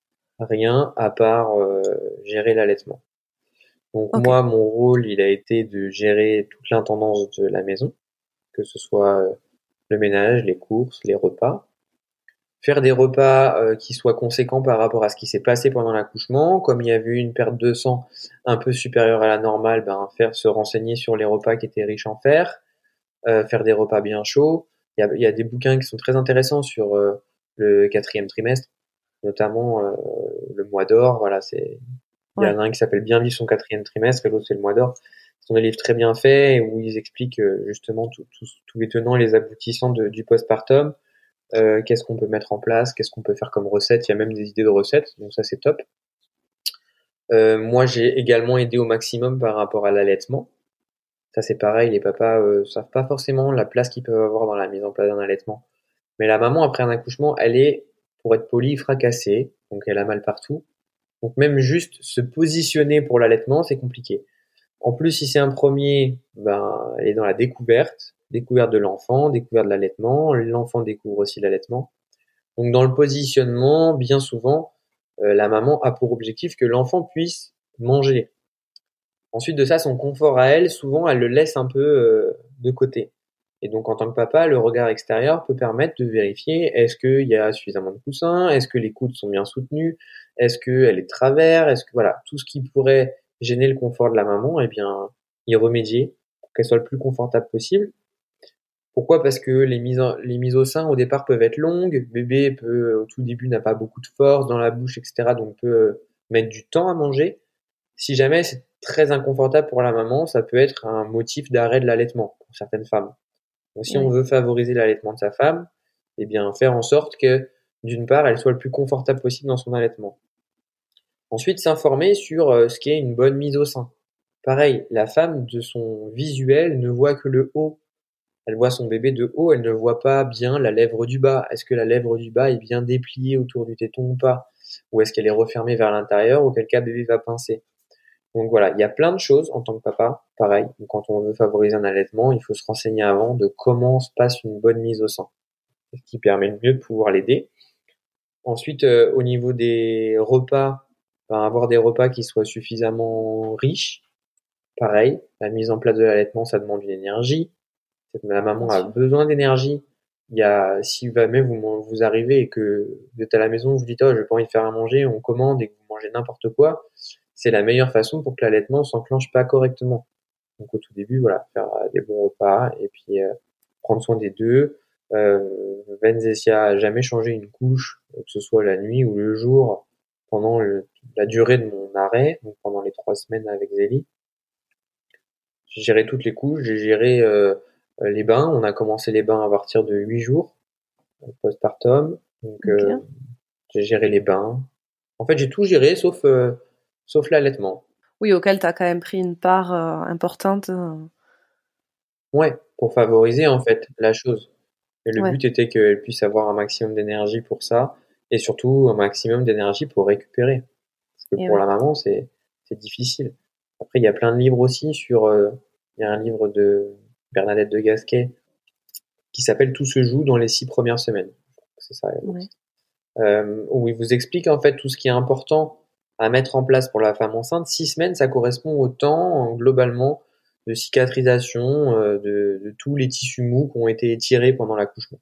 Speaker 2: Rien à part gérer l'allaitement. Donc
Speaker 1: Ok.
Speaker 2: moi, mon rôle, il a été de gérer toute l'intendance de la maison, que ce soit le ménage, les courses, les repas. Faire des repas qui soient conséquents par rapport à ce qui s'est passé pendant l'accouchement. Comme il y avait eu une perte de sang un peu supérieure à la normale, faire se renseigner sur les repas qui étaient riches en fer, faire des repas bien chauds. Il y a des bouquins qui sont très intéressants sur le quatrième trimestre, notamment le mois d'or. Voilà, il y en
Speaker 1: Ouais.
Speaker 2: a un qui s'appelle Bien vivre son quatrième trimestre et l'autre c'est le mois d'or. Ce sont des livres très bien faits où ils expliquent justement tous les tenants et les aboutissants du postpartum. Qu'est-ce qu'on peut mettre en place, qu'est-ce qu'on peut faire comme recette. Il y a même des idées de recettes, donc ça c'est top. Moi j'ai également aidé au maximum par rapport à l'allaitement. Ça c'est pareil, les papas savent pas forcément la place qu'ils peuvent avoir dans la mise en place d'un allaitement. Mais la maman après un accouchement, elle est, pour être polie, fracassée, donc elle a mal partout. Donc même juste se positionner pour l'allaitement, c'est compliqué. En plus, si c'est un premier, elle est dans la découverte de l'enfant, découverte de l'allaitement. L'enfant découvre aussi l'allaitement. Donc dans le positionnement, bien souvent, la maman a pour objectif que l'enfant puisse manger. Ensuite de ça, son confort à elle, souvent, elle le laisse un peu de côté. Et donc en tant que papa, le regard extérieur peut permettre de vérifier est-ce qu'il y a suffisamment de coussins, est-ce que les coudes sont bien soutenus, est-ce qu'elle est de travers, est-ce que voilà, tout ce qui pourrait gêner le confort de la maman, y remédier pour qu'elle soit le plus confortable possible. Pourquoi? Parce que les mises au sein au départ peuvent être longues. Bébé peut au tout début n'a pas beaucoup de force dans la bouche, etc. Donc peut mettre du temps à manger. Si jamais c'est très inconfortable pour la maman, ça peut être un motif d'arrêt de l'allaitement pour certaines femmes. Donc si on
Speaker 1: Ouais.
Speaker 2: veut favoriser l'allaitement de sa femme, faire en sorte que d'une part elle soit le plus confortable possible dans son allaitement. Ensuite, s'informer sur ce qu'est une bonne mise au sein. Pareil, la femme de son visuel ne voit que le haut. Elle voit son bébé de haut, elle ne voit pas bien la lèvre du bas. Est-ce que la lèvre du bas est bien dépliée autour du téton ou pas? Ou est-ce qu'elle est refermée vers l'intérieur, auquel cas bébé va pincer? Donc voilà, il y a plein de choses en tant que papa, pareil. Quand on veut favoriser un allaitement, il faut se renseigner avant de comment se passe une bonne mise au sein, ce qui permet de mieux de pouvoir l'aider. Ensuite, au niveau des repas, avoir des repas qui soient suffisamment riches. Pareil, la mise en place de l'allaitement, ça demande une énergie. La maman a besoin d'énergie. Si jamais vous arrivez et que vous êtes à la maison, vous dites, oh, j'ai pas envie de faire à manger, on commande et que vous mangez n'importe quoi, c'est la meilleure façon pour que l'allaitement s'enclenche pas correctement. Donc, au tout début, voilà, faire des bons repas et puis, prendre soin des deux. Venzessia a jamais changé une couche, que ce soit la nuit ou le jour, pendant la durée de mon arrêt, donc pendant les 3 semaines avec Zélie. J'ai géré toutes les couches, j'ai géré les bains. On a commencé les bains à partir de 8 jours postpartum. Donc
Speaker 1: Ok.
Speaker 2: j'ai géré les bains. En fait, j'ai tout géré sauf l'allaitement.
Speaker 1: Oui, auquel tu as quand même pris une part importante.
Speaker 2: Ouais, pour favoriser en fait la chose. Et le
Speaker 1: Ouais,
Speaker 2: but était qu'elle puisse avoir un maximum d'énergie pour ça et surtout un maximum d'énergie pour récupérer. Parce que
Speaker 1: et
Speaker 2: pour
Speaker 1: oui.
Speaker 2: la maman, c'est difficile. Après, il y a plein de livres aussi il y a un livre de Bernadette de Gasquet qui s'appelle Tout se joue dans les 6 premières semaines. C'est ça.
Speaker 1: Ouais.
Speaker 2: Où il vous explique en fait tout ce qui est important à mettre en place pour la femme enceinte. 6 semaines, ça correspond au temps globalement de cicatrisation de tous les tissus mous qui ont été étirés pendant l'accouchement.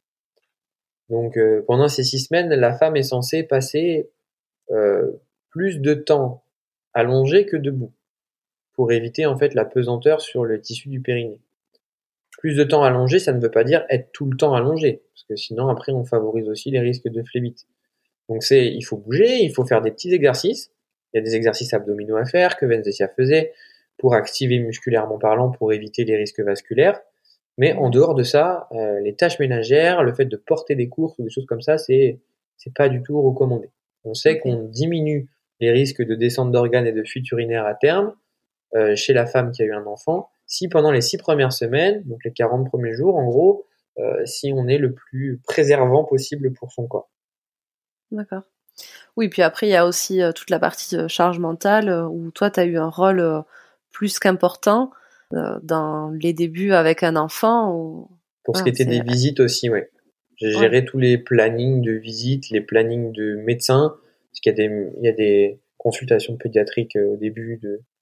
Speaker 2: Donc pendant ces 6 semaines, la femme est censée passer euh, plus de temps allongée que debout pour éviter en fait la pesanteur sur le tissu du périnée. Plus de temps allongé, ça ne veut pas dire être tout le temps allongé, parce que sinon après on favorise aussi les risques de phlébite. Donc il faut bouger, il faut faire des petits exercices. Il y a des exercices abdominaux à faire que Venzessia faisait pour activer musculairement parlant, pour éviter les risques vasculaires. Mais en
Speaker 1: Ouais.
Speaker 2: dehors de ça, les tâches ménagères, le fait de porter des courses ou des choses comme ça, c'est pas du tout recommandé. On sait
Speaker 1: Ok.
Speaker 2: qu'on diminue les risques de descente d'organes et de fuite urinaire à terme chez la femme qui a eu un enfant si pendant les 6 premières semaines, donc les 40 premiers jours en gros, si on est le plus préservant possible pour son corps.
Speaker 1: D'accord. Oui, puis après, il y a aussi toute la partie de charge mentale où toi, tu as eu un rôle plus qu'important dans les débuts avec un enfant.
Speaker 2: Pour ce qui
Speaker 1: Voilà,
Speaker 2: était des visites aussi, ouais. J'ai
Speaker 1: ouais,
Speaker 2: géré tous les plannings de visites, les plannings de médecins, parce il y a des consultations pédiatriques au début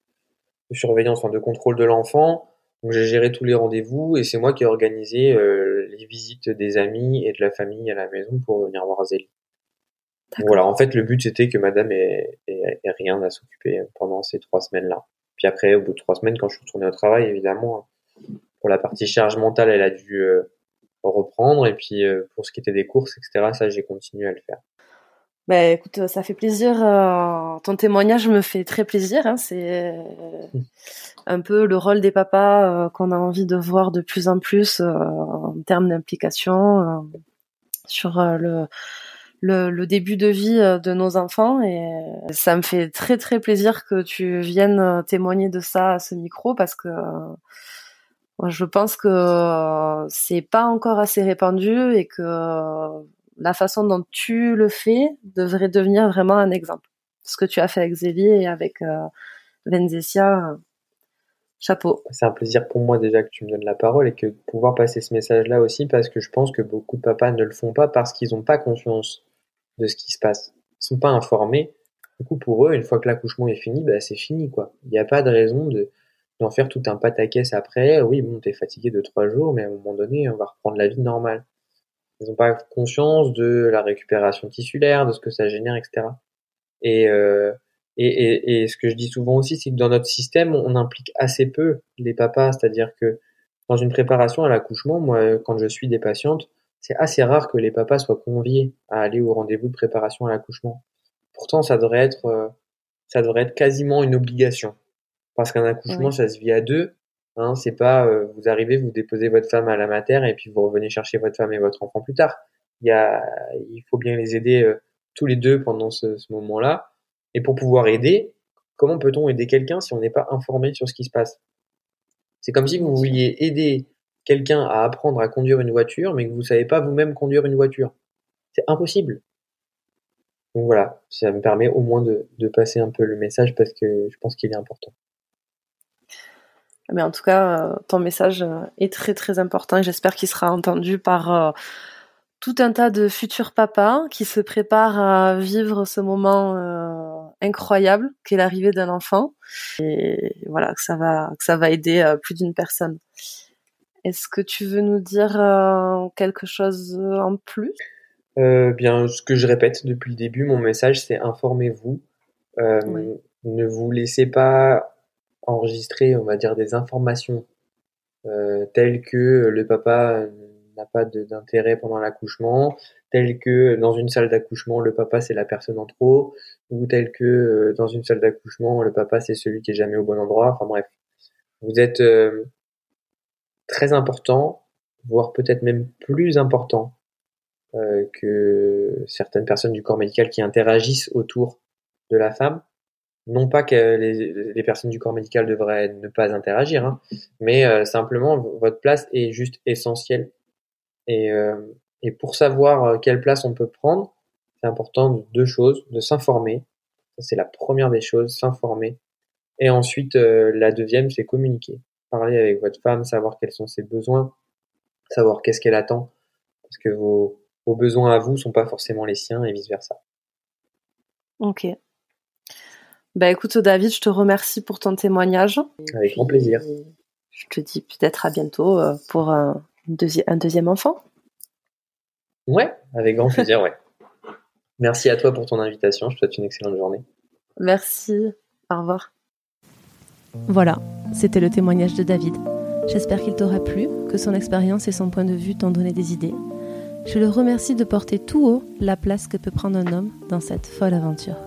Speaker 2: de surveillance, enfin de contrôle de l'enfant. Donc j'ai géré tous les rendez-vous et c'est moi qui ai organisé les visites des amis et de la famille à la maison pour venir voir Zélie. Donc
Speaker 1: d'accord.
Speaker 2: voilà, en fait le but c'était que madame ait rien à s'occuper pendant ces 3 semaines-là. Puis après, au bout de 3 semaines, quand je suis retourné au travail, évidemment, pour la partie charge mentale, elle a dû reprendre. Et puis pour ce qui était des courses, etc., ça j'ai continué à le faire.
Speaker 1: Ben écoute, ça fait plaisir. Ton témoignage me fait très plaisir. Hein, c'est un peu le rôle des papas qu'on a envie de voir de plus en plus en termes d'implication sur le début de vie de nos enfants. Et ça me fait très très plaisir que tu viennes témoigner de ça à ce micro parce que moi, je pense que c'est pas encore assez répandu et que la façon dont tu le fais devrait devenir vraiment un exemple. Ce que tu as fait avec Zélie et avec Venzessia, chapeau.
Speaker 2: C'est un plaisir pour moi déjà que tu me donnes la parole et que de pouvoir passer ce message-là aussi parce que je pense que beaucoup de papas ne le font pas parce qu'ils n'ont pas conscience de ce qui se passe. Ils sont pas informés. Du coup, pour eux, une fois que l'accouchement est fini, bah, c'est fini, quoi. Il n'y a pas de raison d'en faire tout un pataquès après. Oui, bon, t'es fatigué de 3 jours, mais à un moment donné, on va reprendre la vie normale. Ils n'ont pas conscience de la récupération tissulaire, de ce que ça génère, etc. Et, euh, et ce que je dis souvent aussi, c'est que dans notre système, on implique assez peu les papas. C'est-à-dire que dans une préparation à l'accouchement, moi, quand je suis des patientes, c'est assez rare que les papas soient conviés à aller au rendez-vous de préparation à l'accouchement. Pourtant, ça devrait être quasiment une obligation. Parce qu'un accouchement,
Speaker 1: Oui,
Speaker 2: ça se vit à deux. Hein, c'est pas vous arrivez, vous déposez votre femme à la mater et puis vous revenez chercher votre femme et votre enfant plus tard. Il faut bien les aider tous les deux pendant ce moment-là. Et pour pouvoir aider, comment peut-on aider quelqu'un si on n'est pas informé sur ce qui se passe? C'est comme si vous
Speaker 1: bien sûr.
Speaker 2: vouliez aider quelqu'un à apprendre à conduire une voiture, mais que vous savez pas vous-même conduire une voiture. C'est impossible. Donc voilà, ça me permet au moins de passer un peu le message parce que je pense qu'il est important.
Speaker 1: Mais en tout cas, ton message est très très important et j'espère qu'il sera entendu par tout un tas de futurs papas qui se préparent à vivre ce moment
Speaker 3: incroyable qu'est l'arrivée d'un enfant et voilà que ça va aider plus d'une personne. Est-ce que tu veux nous dire quelque chose en plus?
Speaker 2: Bien, ce que je répète depuis le début, mon message, c'est informez-vous.
Speaker 3: Ouais.
Speaker 2: Ne vous laissez pas enregistrer, on va dire, des informations telles que le papa n'a pas d'intérêt pendant l'accouchement, telles que dans une salle d'accouchement, le papa c'est la personne en trop, ou telles que dans une salle d'accouchement, le papa c'est celui qui est jamais au bon endroit. Enfin bref, vous êtes très important, voire peut-être même plus important que certaines personnes du corps médical qui interagissent autour de la femme. Non pas que les personnes du corps médical devraient ne pas interagir, hein, mais simplement votre place est juste essentielle. Et, et pour savoir quelle place on peut prendre, c'est important de deux choses, de s'informer. Ça, c'est la première des choses, s'informer. Et ensuite, la deuxième, c'est communiquer. Parler avec votre femme, savoir quels sont ses besoins, savoir qu'est-ce qu'elle attend, parce que vos besoins à vous sont pas forcément les siens et vice-versa.
Speaker 3: Ok. Bah écoute David, je te remercie pour ton témoignage.
Speaker 2: Avec grand plaisir.
Speaker 3: Je te dis peut-être à bientôt pour un deuxième enfant.
Speaker 2: Ouais, avec grand plaisir, ouais. Merci à toi pour ton invitation, je te souhaite une excellente journée.
Speaker 3: Merci, au revoir.
Speaker 1: Voilà, c'était le témoignage de David. J'espère qu'il t'aura plu, que son expérience et son point de vue t'ont donné des idées. Je le remercie de porter tout haut la place que peut prendre un homme dans cette folle aventure.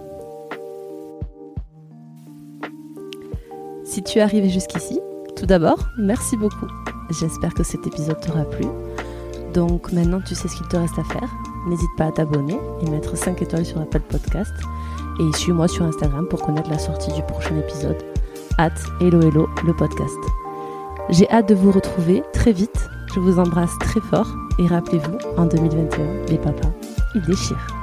Speaker 1: Si tu es arrivé jusqu'ici, tout d'abord, merci beaucoup. J'espère que cet épisode t'aura plu. Donc maintenant tu sais ce qu'il te reste à faire. N'hésite pas à t'abonner et mettre 5 étoiles sur Apple Podcast. Et suis-moi sur Instagram pour connaître la sortie du prochain épisode. @hello le podcast. J'ai hâte de vous retrouver très vite. Je vous embrasse très fort. Et rappelez-vous, en 2021, les papas, ils déchirent.